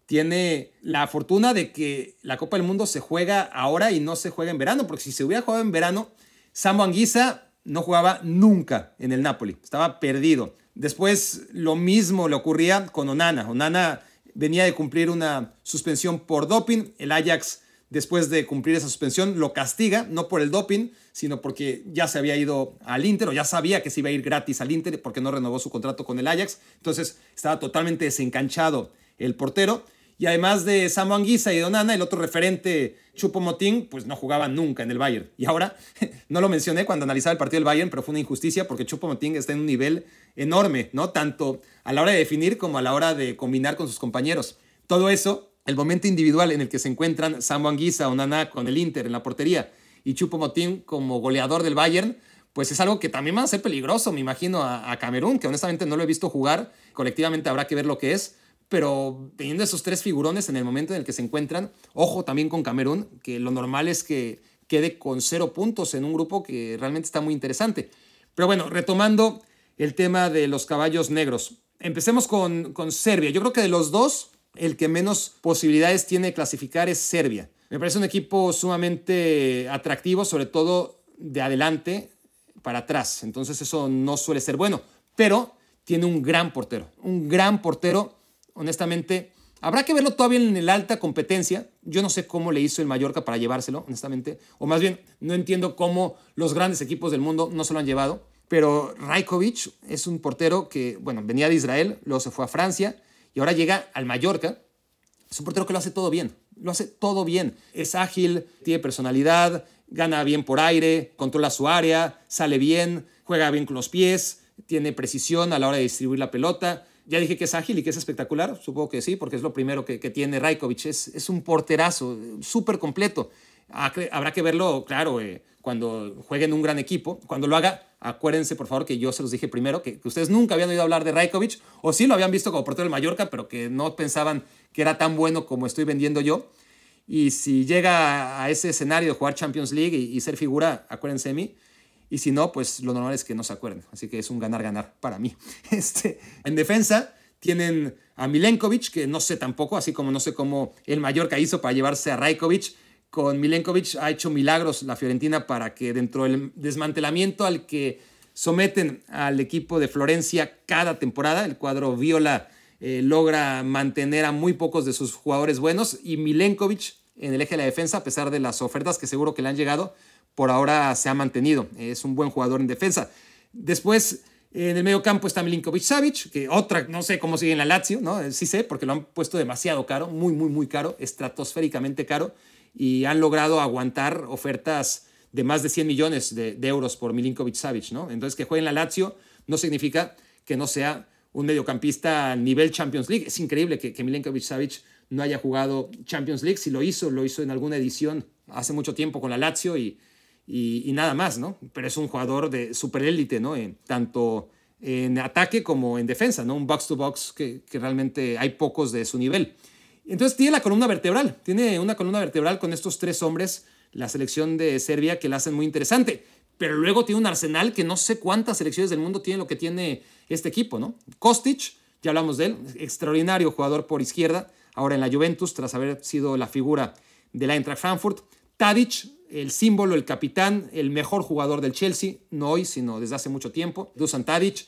tiene la fortuna de que la Copa del Mundo se juega ahora y no se juega en verano, porque si se hubiera jugado en verano, Samu Anguissa no jugaba nunca en el Napoli, estaba perdido. Después lo mismo le ocurría con Onana. Onana venía de cumplir una suspensión por doping. El Ajax, después de cumplir esa suspensión, lo castiga, no por el doping, sino porque ya se había ido al Inter, o ya sabía que se iba a ir gratis al Inter porque no renovó su contrato con el Ajax. Entonces estaba totalmente desencanchado el portero. Y además de Samu Anguissa y de Onana, el otro referente, Choupo-Moting, pues no jugaba nunca en el Bayern. Y ahora, no lo mencioné cuando analizaba el partido del Bayern, pero fue una injusticia porque Choupo-Moting está en un nivel enorme, ¿no? Tanto a la hora de definir como a la hora de combinar con sus compañeros. Todo eso, el momento individual en el que se encuentran Samu Anguissa, Onana con el Inter en la portería y Choupo-Moting como goleador del Bayern, pues es algo que también va a ser peligroso, me imagino, a, a Camerún, que honestamente no lo he visto jugar. Colectivamente habrá que ver lo que es. Pero teniendo esos tres figurones en el momento en el que se encuentran, ojo también con Camerún, que lo normal es que quede con cero puntos en un grupo que realmente está muy interesante. Pero bueno, retomando el tema de los caballos negros. Empecemos con, con Serbia. Yo creo que de los dos, el que menos posibilidades tiene de clasificar es Serbia. Me parece un equipo sumamente atractivo, sobre todo de adelante para atrás. Entonces eso no suele ser bueno. Pero tiene un gran portero, un gran portero. Honestamente, habrá que verlo todavía en la alta competencia. Yo no sé cómo le hizo el Mallorca para llevárselo, honestamente. O más bien, no entiendo cómo los grandes equipos del mundo no se lo han llevado. Pero Rajkovic es un portero que, bueno, venía de Israel, luego se fue a Francia y ahora llega al Mallorca. Es un portero que lo hace todo bien. Lo hace todo bien. Es ágil, tiene personalidad, gana bien por aire, controla su área, sale bien, juega bien con los pies, tiene precisión a la hora de distribuir la pelota. Ya dije que es ágil y que es espectacular, supongo que sí, porque es lo primero que, que tiene Rajkovic. Es, es un porterazo, súper completo. Habrá que verlo, claro, eh, cuando juegue en un gran equipo. Cuando lo haga, acuérdense, por favor, que yo se los dije primero, que, que ustedes nunca habían oído hablar de Rajkovic, o sí lo habían visto como portero del Mallorca, pero que no pensaban que era tan bueno como estoy vendiendo yo. Y si llega a ese escenario de jugar Champions League y, y ser figura, acuérdense de mí. Y si no, pues lo normal es que no se acuerden. Así que es un ganar-ganar para mí. Este, en defensa tienen a Milenkovic, que no sé tampoco, así como no sé cómo el Mallorca hizo para llevarse a Rajkovic. Con Milenkovic ha hecho milagros la Fiorentina para que dentro del desmantelamiento al que someten al equipo de Florencia cada temporada, el cuadro viola eh, logra mantener a muy pocos de sus jugadores buenos. Y Milenkovic en el eje de la defensa, a pesar de las ofertas que seguro que le han llegado, por ahora se ha mantenido. Es un buen jugador en defensa. Después, en el medio campo está Milinkovic-Savic, que otra, no sé cómo sigue en la Lazio, ¿no? Sí sé, porque lo han puesto demasiado caro, muy, muy, muy caro, estratosféricamente caro, y han logrado aguantar ofertas de más de cien millones de, de euros por Milinkovic-Savic, ¿no? Entonces, que juegue en la Lazio no significa que no sea un mediocampista a nivel Champions League. Es increíble que, que Milinkovic-Savic no haya jugado Champions League. Si lo hizo, lo hizo en alguna edición hace mucho tiempo con la Lazio y Y, y nada más, ¿no? Pero es un jugador de superélite, ¿no? En, tanto en ataque como en defensa, ¿no? Un box-to-box que, que realmente hay pocos de su nivel. Entonces tiene la columna vertebral, tiene una columna vertebral con estos tres hombres, la selección de Serbia, que la hacen muy interesante. Pero luego tiene un arsenal que no sé cuántas selecciones del mundo tiene lo que tiene este equipo, ¿no? Kostic, ya hablamos de él, extraordinario jugador por izquierda, ahora en la Juventus, tras haber sido la figura del Eintracht Frankfurt. Tadic, el símbolo, el capitán, el mejor jugador del Chelsea, no hoy, sino desde hace mucho tiempo, Dusan Tadic.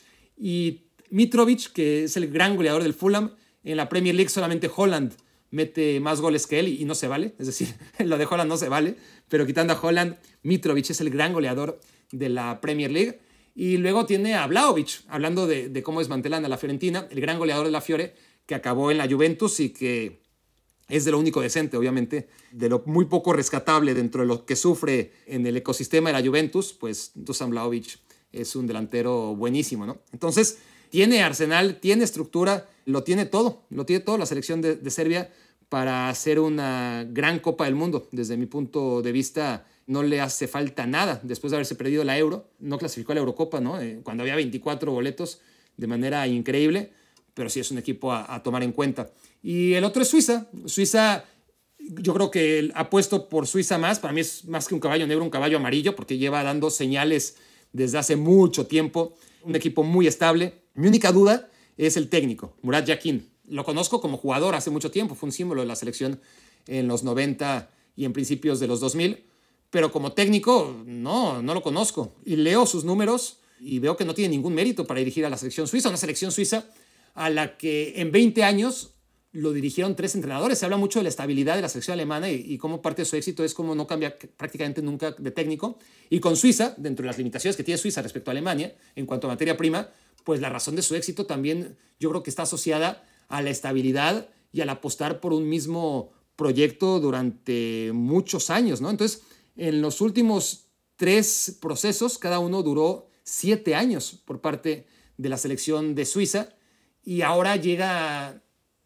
Y Mitrovic, que es el gran goleador del Fulham. En la Premier League solamente Holland mete más goles que él y, y no se vale. Es decir, lo de Holland no se vale. Pero quitando a Holland, Mitrovic es el gran goleador de la Premier League. Y luego tiene a Vlahovic, hablando de, de cómo desmantelan a la Fiorentina, el gran goleador de la Fiore, que acabó en la Juventus y que es de lo único decente, obviamente, de lo muy poco rescatable dentro de lo que sufre en el ecosistema de la Juventus, pues Dusan Vlahovic es un delantero buenísimo, ¿no? Entonces, tiene arsenal, tiene estructura, lo tiene todo, lo tiene todo la selección de, de Serbia para hacer una gran Copa del Mundo. Desde mi punto de vista, no le hace falta nada. Después de haberse perdido la Euro, no clasificó a la Eurocopa, ¿no? Eh, cuando había veinticuatro boletos, de manera increíble, pero sí es un equipo a, a tomar en cuenta. Y el otro es Suiza. Suiza, yo creo que apuesto por Suiza más. Para mí es más que un caballo negro, un caballo amarillo, porque lleva dando señales desde hace mucho tiempo. Un equipo muy estable. Mi única duda es el técnico, Murat Yakin. lo conozco como jugador hace mucho tiempo, fue un símbolo de la selección en los noventa y en principios de los dos mil, pero como técnico no, no lo conozco. Y leo sus números y veo que no tiene ningún mérito para dirigir a la selección suiza, una selección suiza a la que en veinte años lo dirigieron tres entrenadores. Se habla mucho de la estabilidad de la selección alemana y, y cómo parte de su éxito es cómo no cambia prácticamente nunca de técnico. Y con Suiza, dentro de las limitaciones que tiene Suiza respecto a Alemania en cuanto a materia prima, pues la razón de su éxito también yo creo que está asociada a la estabilidad y al apostar por un mismo proyecto durante muchos años, ¿no? Entonces, en los últimos tres procesos, cada uno duró siete años por parte de la selección de Suiza y ahora llega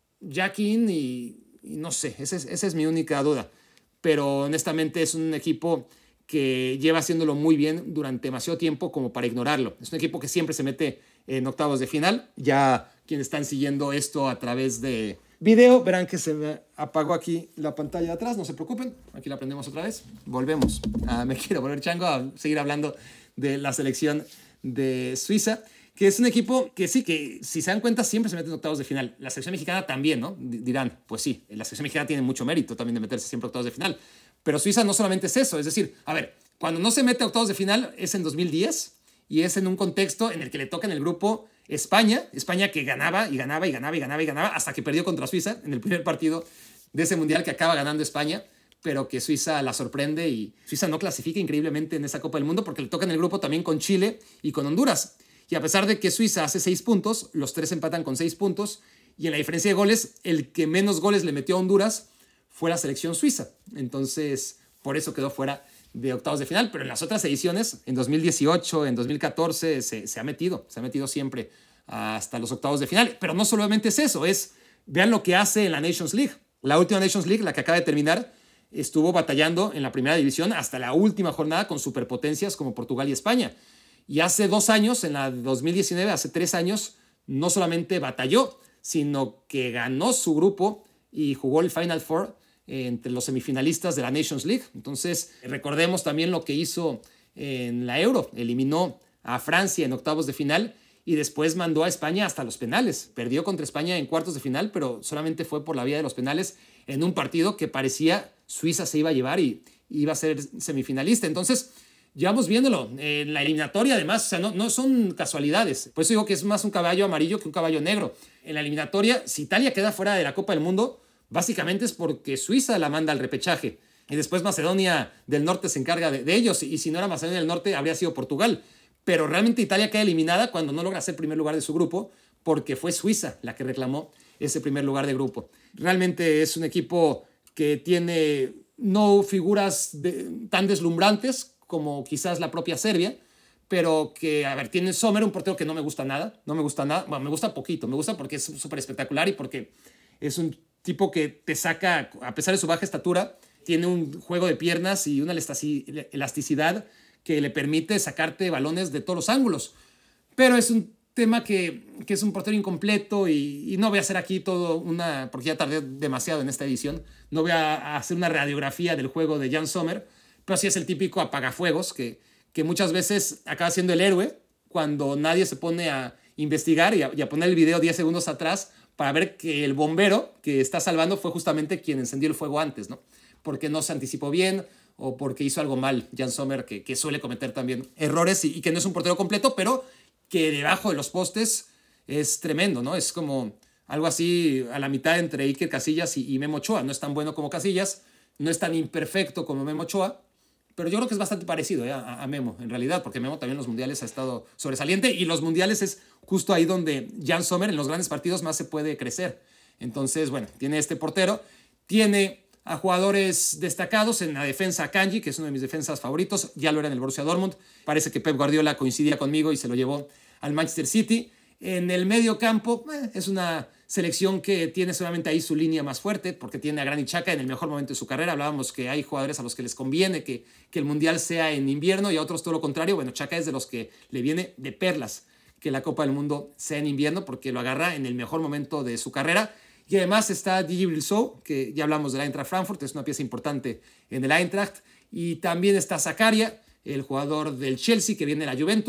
Jackin y, y no sé, esa es, esa es mi única duda. Pero honestamente es un equipo que lleva haciéndolo muy bien durante demasiado tiempo como para ignorarlo. Es un equipo que siempre se mete en octavos de final. Ya quienes están siguiendo esto a través de video verán que se me apagó aquí la pantalla de atrás, no se preocupen, aquí la prendemos otra vez. Volvemos. Ah, me quiero volver chango a seguir hablando de la selección de Suiza, que es un equipo que sí, que si se dan cuenta siempre se mete en octavos de final. La selección mexicana también, ¿no? Dirán, pues sí, la selección mexicana tiene mucho mérito también de meterse siempre en octavos de final. Pero Suiza no solamente es eso, es decir, a ver, cuando no se mete a octavos de final es en dos mil diez y es en un contexto en el que le toca en el grupo España, España que ganaba y ganaba y ganaba y ganaba y ganaba hasta que perdió contra Suiza en el primer partido de ese mundial que acaba ganando España, pero que Suiza la sorprende y Suiza no clasifica increíblemente en esa Copa del Mundo porque le toca en el grupo también con Chile y con Honduras. Y a pesar de que Suiza hace seis puntos, los tres empatan con seis puntos y en la diferencia de goles, el que menos goles le metió a Honduras fue la selección suiza. Entonces, por eso quedó fuera de octavos de final. Pero en las otras ediciones, en dos mil dieciocho, en dos mil catorce, se, se ha metido, se ha metido siempre hasta los octavos de final. Pero no solamente es eso, es, vean lo que hace en la Nations League. La última Nations League, la que acaba de terminar, estuvo batallando en la primera división hasta la última jornada con superpotencias como Portugal y España. Y hace dos años, en la dos mil diecinueve, hace tres años, no solamente batalló, sino que ganó su grupo y jugó el Final Four entre los semifinalistas de la Nations League. Entonces, recordemos también lo que hizo en la Euro. Eliminó a Francia en octavos de final y después mandó a España hasta los penales. Perdió contra España en cuartos de final, pero solamente fue por la vía de los penales en un partido que parecía Suiza se iba a llevar y iba a ser semifinalista. Entonces, ya vamos viéndolo. En la eliminatoria, además, o sea, no, no son casualidades. Por eso digo que es más un caballo amarillo que un caballo negro. En la eliminatoria, si Italia queda fuera de la Copa del Mundo, básicamente es porque Suiza la manda al repechaje. Y después Macedonia del Norte se encarga de, de ellos. Y si no era Macedonia del Norte, habría sido Portugal. Pero realmente Italia queda eliminada cuando no logra ser primer lugar de su grupo, porque fue Suiza la que reclamó ese primer lugar de grupo. Realmente es un equipo que tiene no figuras de, tan deslumbrantes como quizás la propia Serbia, pero que, a ver, tiene Sommer, un portero que no me gusta nada, no me gusta nada, bueno, me gusta poquito, me gusta porque es súper espectacular y porque es un tipo que te saca, a pesar de su baja estatura, tiene un juego de piernas y una elasticidad que le permite sacarte balones de todos los ángulos. Pero es un tema que, que es un portero incompleto y, y no voy a hacer aquí todo una, porque ya tardé demasiado en esta edición, no voy a hacer una radiografía del juego de Jan Sommer, pero sí es el típico apagafuegos que, que muchas veces acaba siendo el héroe cuando nadie se pone a investigar y a, y a poner el video diez segundos atrás para ver que el bombero que está salvando fue justamente quien encendió el fuego antes, ¿no? Porque no se anticipó bien o porque hizo algo mal Jan Sommer, que, que suele cometer también errores y, y que no es un portero completo, pero que debajo de los postes es tremendo, ¿no? Es como algo así a la mitad entre Iker Casillas y, y Memo Ochoa. No es tan bueno como Casillas, no es tan imperfecto como Memo Ochoa, pero yo creo que es bastante parecido ¿eh? a, a Memo, en realidad, porque Memo también en los mundiales ha estado sobresaliente y los mundiales es justo ahí donde Jan Sommer en los grandes partidos más se puede crecer. Entonces, bueno, tiene este portero, tiene a jugadores destacados en la defensa, Kanji, que es uno de mis defensas favoritos, ya lo era en el Borussia Dortmund, parece que Pep Guardiola coincidía conmigo y se lo llevó al Manchester City. En el medio campo eh, es una selección que tiene solamente ahí su línea más fuerte, porque tiene a Granit Xhaka en el mejor momento de su carrera. Hablábamos que hay jugadores a los que les conviene que, que el Mundial sea en invierno y a otros todo lo contrario. Bueno, Xhaka es de los que le viene de perlas que la Copa del Mundo sea en invierno, porque lo agarra en el mejor momento de su carrera. Y además está Djibril Sow, que ya hablamos del Eintracht Frankfurt, es una pieza importante en el Eintracht. Y también está Zakaria, el jugador del Chelsea que viene de la Juventus.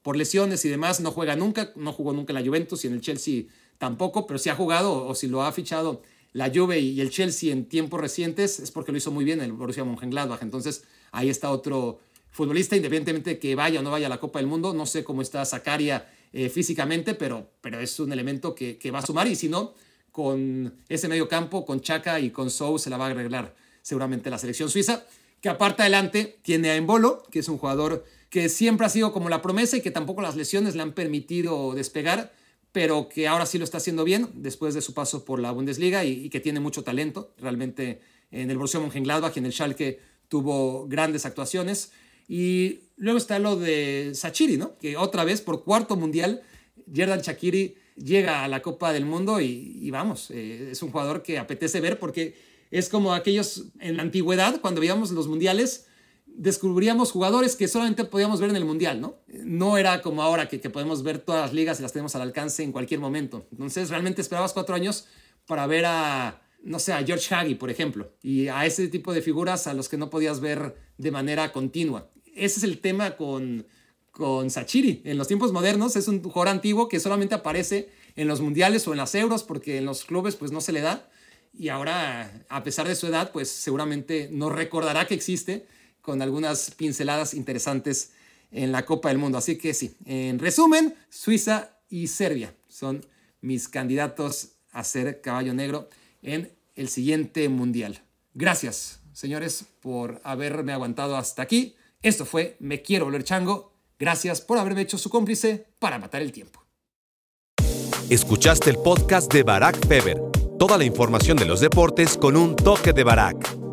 por lesiones y demás no juega nunca, no jugó nunca en la Juventus y en el Chelsea tampoco, pero si ha jugado o si lo ha fichado la Juve y el Chelsea en tiempos recientes es porque lo hizo muy bien el Borussia Mönchengladbach. Entonces ahí está otro futbolista, independientemente de que vaya o no vaya a la Copa del Mundo. No sé cómo está Zakaria eh, físicamente, pero, pero es un elemento que, que va a sumar, y si no, con ese medio campo, con Xhaka y con Sou, se la va a arreglar seguramente la selección suiza, que aparte adelante tiene a Embolo, que es un jugador que siempre ha sido como la promesa y que tampoco las lesiones le han permitido despegar, pero que ahora sí lo está haciendo bien después de su paso por la Bundesliga y, y que tiene mucho talento. Realmente en el Borussia Mönchengladbach y en el Schalke tuvo grandes actuaciones. Y luego está lo de Shaqiri, ¿no? Que otra vez, por cuarto mundial, Xherdan Shaqiri llega a la Copa del Mundo y, y vamos, eh, es un jugador que apetece ver porque es como aquellos en la antigüedad, cuando veíamos los mundiales, descubríamos jugadores que solamente podíamos ver en el mundial, ¿no? No era como ahora que, que podemos ver todas las ligas y las tenemos al alcance en cualquier momento. Entonces realmente esperabas cuatro años para ver a, no sé, a George Hagi, por ejemplo, y a ese tipo de figuras a los que no podías ver de manera continua. Ese es el tema con, con Shaqiri. En los tiempos modernos es un jugador antiguo que solamente aparece en los mundiales o en las euros porque en los clubes pues no se le da, y ahora, a pesar de su edad, pues seguramente nos recordará que existe con algunas pinceladas interesantes en la Copa del Mundo. Así que sí, en resumen, Suiza y Serbia son mis candidatos a ser caballo negro en el siguiente mundial. Gracias, señores, por haberme aguantado hasta aquí. Esto fue Me Quiero Volver Chango. Gracias por haberme hecho su cómplice para matar el tiempo. Escuchaste el podcast de Barack Feber. Toda la información de los deportes con un toque de Barack.